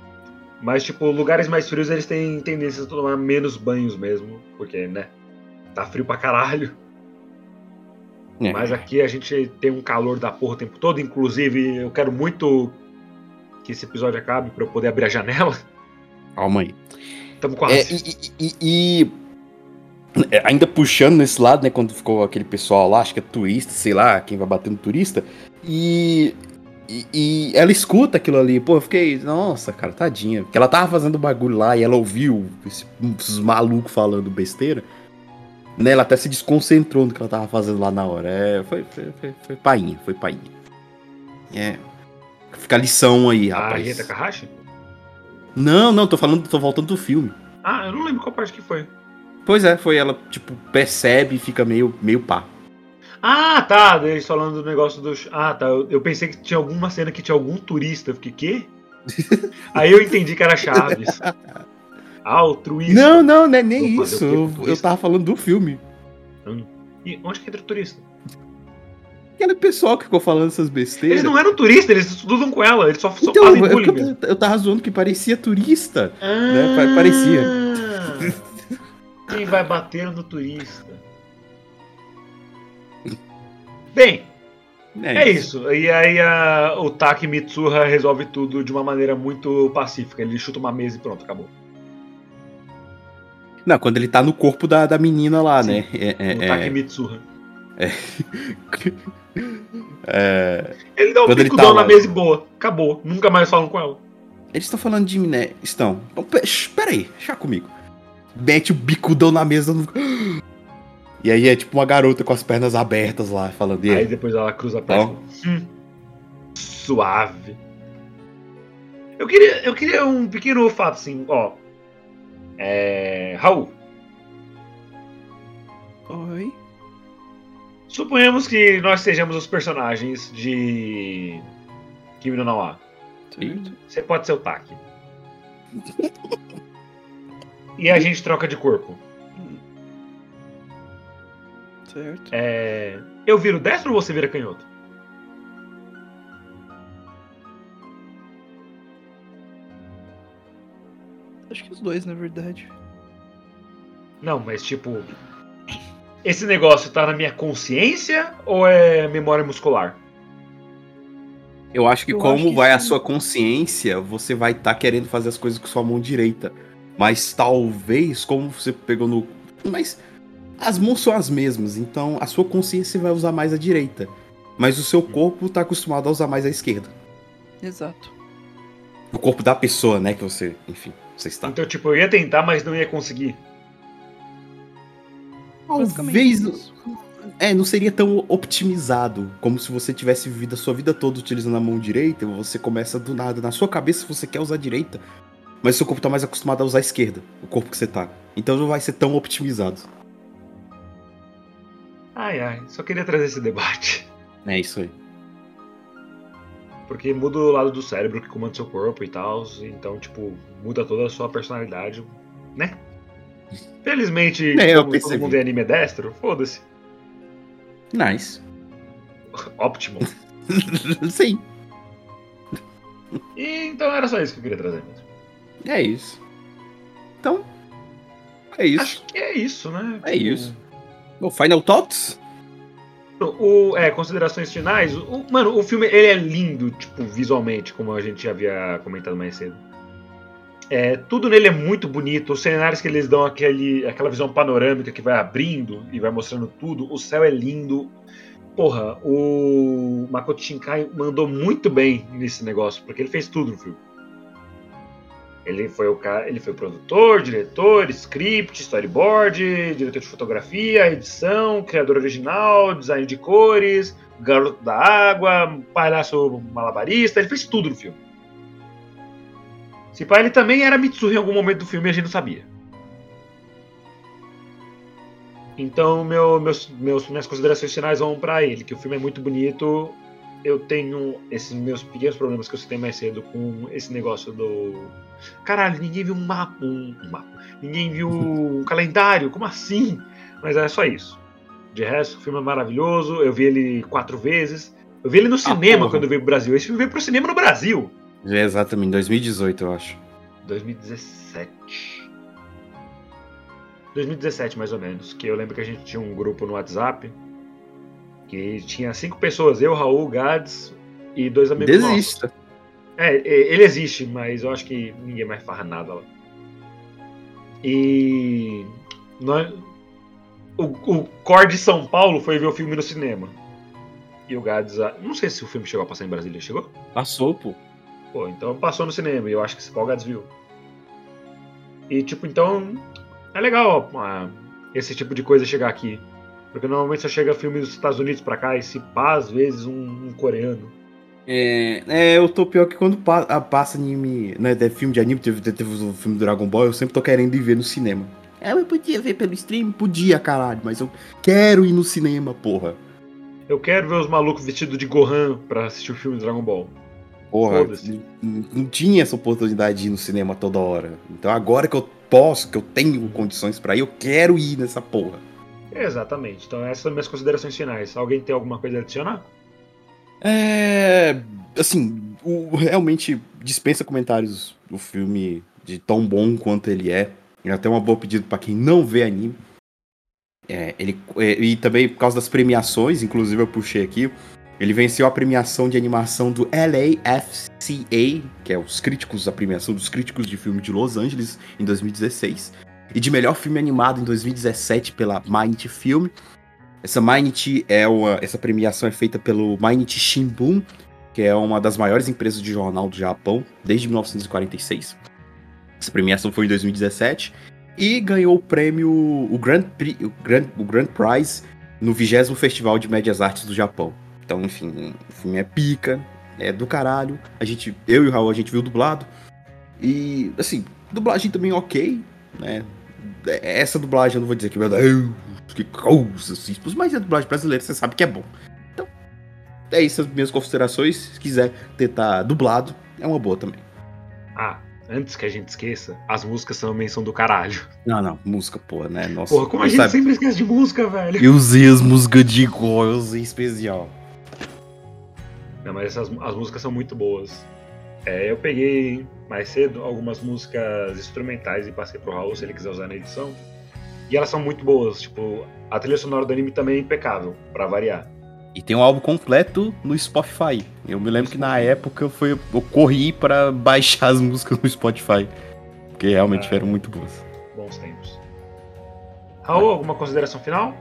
Mas, tipo, lugares mais frios eles têm tendência a tomar menos banhos mesmo. Porque, né? tá frio pra caralho. É. Mas aqui a gente tem um calor da porra o tempo todo. Inclusive, eu quero muito que esse episódio acabe pra eu poder abrir a janela. Calma aí. Tamo É, quase. e, e- e- e- é, ainda puxando nesse lado, né, quando ficou aquele pessoal lá, acho que é turista, sei lá, quem vai bater no turista, e, e, e ela escuta aquilo ali, pô, eu fiquei, nossa, cara, tadinha, porque ela tava fazendo bagulho lá e ela ouviu esse- esses malucos falando besteira, né, ela até se desconcentrou no que ela tava fazendo lá na hora, é, foi, foi, foi, foi painha, foi painha. É, fica a lição aí, A rapaz. Rita Takahashi? Não, não, tô falando, tô voltando do filme. Ah, eu não lembro qual parte que foi. Pois é, foi ela, tipo, percebe e fica meio, meio pá. Ah, tá. Eles falando do negócio dos. Ah, tá. Eu, eu pensei que tinha alguma cena que tinha algum turista. Eu fiquei, quê? Aí eu entendi que era Chaves. Altruísta. Não, não, não é nem Vou fazer isso. o quê com Eu, eu turista? tava falando do filme. Hum. E onde que entra o turista? Aquele pessoal que ficou falando essas besteiras. Eles não eram turistas, eles estudam com ela. Eles só, só Então, fazem é bullying porque mesmo. eu, eu tava zoando que parecia turista. Ah, Né? Pa- parecia. Quem vai bater no turista? Bem, é isso. E aí a, o Taki Mitsuha resolve tudo de uma maneira muito pacífica. Ele chuta uma mesa e pronto, acabou. Não, quando ele tá no corpo da, da menina lá, Sim, né? É, é, o é, Taki Mitsuha. é, Ele dá um Quando ele picudão tá na lá. mesa e boa. Acabou. Nunca mais falam com ela. Eles estão falando de miné. Estão. Então, pe- Pera aí, deixa comigo. Mete o bicudão na mesa. No... E aí é tipo uma garota com as pernas abertas lá, falando. E Aí aí? depois ela cruza a perna. Ó. Hum, suave. Eu queria, eu queria um pequeno fato assim, ó. É, Raul, Oi. suponhamos que nós sejamos os personagens de Kimi no Na wa. Certo. Você pode ser o Taki. E a gente troca de corpo. Certo. É, eu viro destro ou você vira canhoto? Acho que os dois, na verdade. Não, mas tipo. Esse negócio tá na minha consciência ou é memória muscular? Eu acho que Eu como acho que vai a sim. sua consciência, você vai estar querendo fazer as coisas com sua mão direita. Mas talvez, como você pegou no... Mas as mãos são as mesmas, então a sua consciência vai usar mais a direita. Mas o seu corpo tá acostumado a usar mais a esquerda. Exato. O corpo da pessoa, né, que você, enfim, você está. Então, tipo, eu ia tentar, mas não ia conseguir. Basicamente Talvez... isso. É, não seria tão optimizado, como se você tivesse vivido a sua vida toda utilizando a mão direita, e você começa do nada. Na sua cabeça você quer usar a direita, mas seu corpo tá mais acostumado a usar a esquerda, o corpo que você tá. Então não vai ser tão optimizado. Ai, ai, só queria trazer esse debate. É isso aí. Porque muda o lado do cérebro que comanda seu corpo e tal. Então, tipo, muda toda a sua personalidade, né? Felizmente, É, eu como todo percebi. mundo em anime é destro, foda-se. Nice. Ótimo. Sim, E então era só isso que eu queria trazer mesmo. é isso. Então, é isso. Acho que é isso, né? É isso. O Final Thoughts? O, é, considerações finais. O, mano, o filme ele é lindo, tipo, visualmente, como a gente já havia comentado mais cedo. É, tudo nele é muito bonito. Os cenários que eles dão aquele, aquela visão panorâmica que vai abrindo e vai mostrando tudo. O céu é lindo. Porra, o Makoto Shinkai mandou muito bem nesse negócio, porque ele fez tudo no filme. Ele foi o cara, ele foi produtor, diretor, script, storyboard, diretor de fotografia, edição, criador original, design de cores, garoto da água, palhaço malabarista, ele fez tudo no filme. Se pá, ele também era Mitsuha em algum momento do filme e a gente não sabia. Então, meu, meus, meus, minhas considerações finais vão pra ele, que o filme é muito bonito. Eu tenho esses meus pequenos problemas que eu citei mais cedo com esse negócio do... Caralho, ninguém viu um mapa, um, um mapa. Ninguém viu um calendário, como assim? Mas é só isso. De resto, o filme é maravilhoso. Eu vi ele quatro vezes. Eu vi ele no cinema porra. quando eu veio pro Brasil. Esse filme veio pro cinema no Brasil. É, exatamente, dois mil e dezoito, eu acho. dois mil e dezessete. dois mil e dezessete, mais ou menos. Que eu lembro que a gente tinha um grupo no WhatsApp que tinha cinco pessoas, eu, Raul, Gads e dois amigos Desista. nossos. É, ele existe, mas eu acho que ninguém mais faz nada lá. E nós, o, o Core de São Paulo foi ver o filme no cinema. E o Gads, não sei se o filme chegou a passar em Brasília, chegou? Passou, pô. Pô, então passou no cinema e eu acho que esse pau o Gads viu. E tipo, então é legal ó, esse tipo de coisa chegar aqui. Porque normalmente só chega filme dos Estados Unidos pra cá e se pá, às vezes, um, um coreano. É, é, eu tô pior que quando pa- a- passa anime, né, de filme de anime, teve, teve o filme do Dragon Ball, eu sempre tô querendo ir ver no cinema. É, eu podia ver pelo stream? Podia, caralho, mas eu quero ir no cinema, porra. Eu quero ver os malucos vestidos de Gohan pra assistir o filme do Dragon Ball. Porra, Foda-se. não, não tinha essa oportunidade de ir no cinema toda hora. Então agora que eu posso, que eu tenho condições pra ir, eu quero ir nessa porra. Exatamente. Então essas são minhas considerações finais. Alguém tem alguma coisa a adicionar? É. Assim, o, realmente dispensa comentários o filme de tão bom quanto ele é. É até uma boa pedida pra quem não vê anime. É, ele, é, e também por causa das premiações, inclusive eu puxei aqui. Ele venceu a premiação de animação do L A F C A, que é os críticos, a premiação dos críticos de filme de Los Angeles, em dois mil e dezesseis. E de melhor filme animado em dois mil e dezessete pela Mainichi Film. Essa Mainichi é uma, essa premiação é feita pelo Mainichi Shimbun, que é uma das maiores empresas de jornal do Japão, desde mil novecentos e quarenta e seis. Essa premiação foi em dois mil e dezessete e ganhou o prêmio, o Grand, Prix, o Grand, o Grand Prize, no vigésimo Festival de Médias Artes do Japão. Então, enfim, o filme é pica, é do caralho. A gente, eu e o Raul, a gente viu dublado. E, assim, dublagem também ok, né? Essa dublagem eu não vou dizer que, meu Deus, que coisa, assim, mas a dublagem brasileira você sabe que é bom. Então, é isso as minhas considerações. Se quiser tentar dublado, é uma boa também. Ah, antes que a gente esqueça, as músicas são menção do caralho. Não, não, música, porra, né? Nossa, Porra, como a gente sabe, sempre esquece de música, velho. eu usei as músicas de igual, eu usei especial. Não, mas essas, as músicas são muito boas. É, eu peguei mais cedo algumas músicas instrumentais e passei pro Raul se ele quiser usar na edição. E elas são muito boas, tipo, a trilha sonora do anime também é impecável, pra variar. E tem um álbum completo no Spotify. Eu me lembro que na época eu, fui, eu corri pra baixar as músicas no Spotify. Porque realmente Ah, eram muito boas. Bons tempos. Raul, alguma consideração final?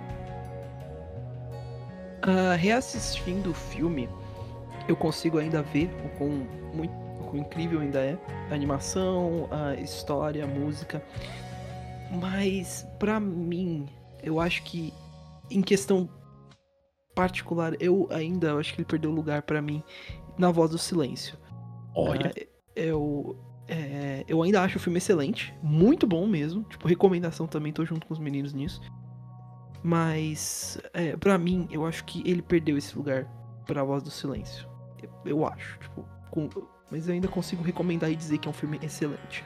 Uh, reassistindo o filme, eu consigo ainda ver o quão, muito, o quão incrível ainda é a animação, a história, a música. Mas, pra mim, eu acho que, em questão particular, eu ainda eu acho que ele perdeu lugar pra mim na Voz do Silêncio. Olha. Uh, eu, é, eu ainda acho o filme excelente, muito bom mesmo. Tipo, recomendação também, tô junto com os meninos nisso. Mas, é, pra mim, eu acho que ele perdeu esse lugar pra Voz do Silêncio. Eu, eu acho, tipo, com, mas eu ainda consigo recomendar e dizer que é um filme excelente.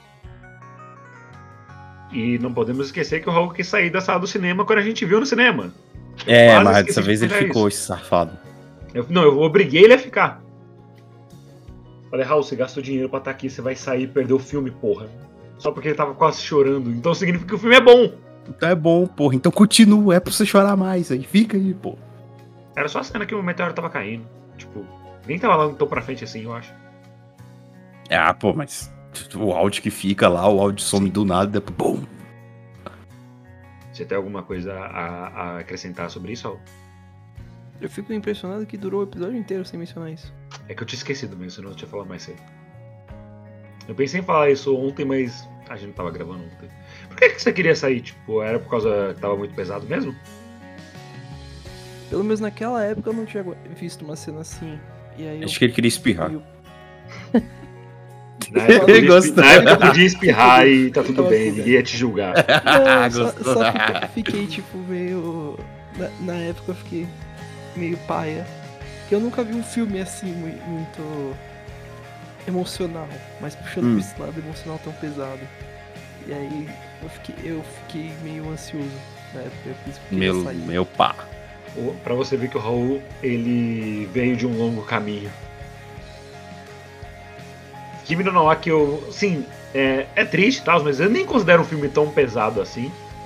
E não podemos esquecer que o Raul quis sair da sala do cinema quando a gente viu no cinema. É, Quase mas esqueci dessa de vez ele contar ficou, isso. esse safado. Eu, não, eu obriguei ele a ficar. Falei, Raul, você gastou dinheiro pra estar aqui, você vai sair e perder o filme, porra. Só porque ele tava quase chorando. Então significa que o filme é bom. Então é bom, porra. Então continua, é pra você chorar mais aí. Fica aí, pô. Era só a cena que o meteoro tava caindo. Tipo, nem tava lá tão pra frente assim, eu acho. Ah, pô, mas o áudio que fica lá, o áudio some do nada, depois, bum. Você tem alguma coisa a, a acrescentar sobre isso, Raul? Eu fico impressionado que durou o episódio inteiro sem mencionar isso. É que eu tinha esquecido mesmo, senão eu tinha falado mais cedo. Eu pensei em falar isso ontem, mas a gente não tava gravando ontem. Por que, que você queria sair? Tipo, era por causa que tava muito pesado mesmo? Pelo menos naquela época eu não tinha visto uma cena assim. E aí eu... Acho que ele queria espirrar. eu- Na época, Ele podia, espi- gostou. na época podia espirrar e tá tudo Tava bem, tudo ninguém ia te julgar. Não, só, Gostou. só fica- fiquei, tipo, meio... Na, na época eu fiquei meio paia. Porque eu nunca vi um filme assim, mui- muito emocional. Mas puxando Hum. pra esse lado emocional tão pesado. E aí eu fiquei, eu fiquei meio ansioso na época. Eu fiz porque Meu, ia sair. meu pá. O- Pra você ver que o Raul, ele veio de um longo caminho. Kimi no Na wa que eu... Sim, é, é triste e tal, mas eu nem considero um filme tão pesado assim.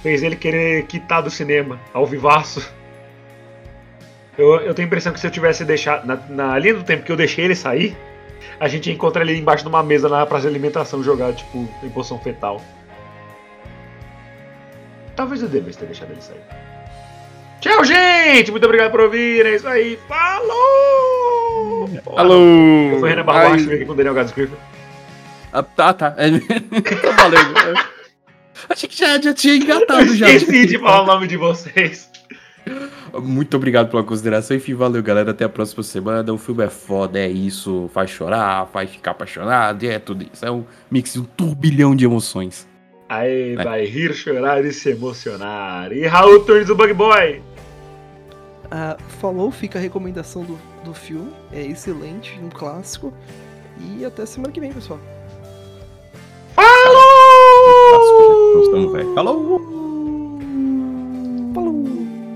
fez ele querer quitar do cinema, ao vivaço. Eu, eu tenho a impressão que se eu tivesse deixado, na, na linha do tempo que eu deixei ele sair, a gente ia encontrar ele embaixo de uma mesa na praça de alimentação jogado, tipo, em posição fetal. Talvez eu devesse ter deixado ele sair. Tchau, gente! Muito obrigado por ouvir. É isso aí. Falou! Falou! Eu fui Renan Barbacho, vim aqui com o Daniel Gads Griffin. Ah, tá, tá. É, valeu. Achei que já, já tinha engatado já. Esqueci de falar o nome de vocês. Muito obrigado pela consideração. Enfim, valeu, galera. Até a próxima semana. O filme é foda, é isso. Faz chorar, faz ficar apaixonado, é tudo isso. É um mix de um turbilhão de emoções. Aí, é. Vai rir, chorar e se emocionar. E Raul Turns do Bug Boy. Ah, falou, fica a recomendação do, do filme. É excelente, um clássico. E até semana que vem, pessoal. Falou! Clássico, já. Nós estamos velho. Falou! Falou!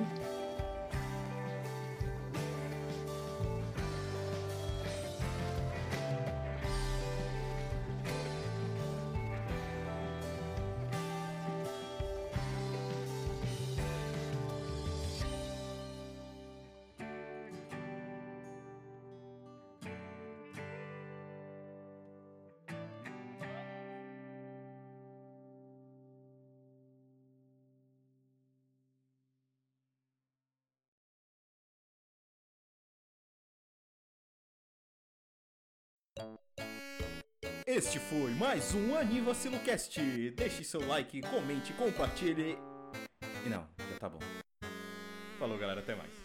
Este foi mais um AniVaciloCast. Deixe seu like, comente, compartilhe. E não, já tá bom. Falou, galera, até mais.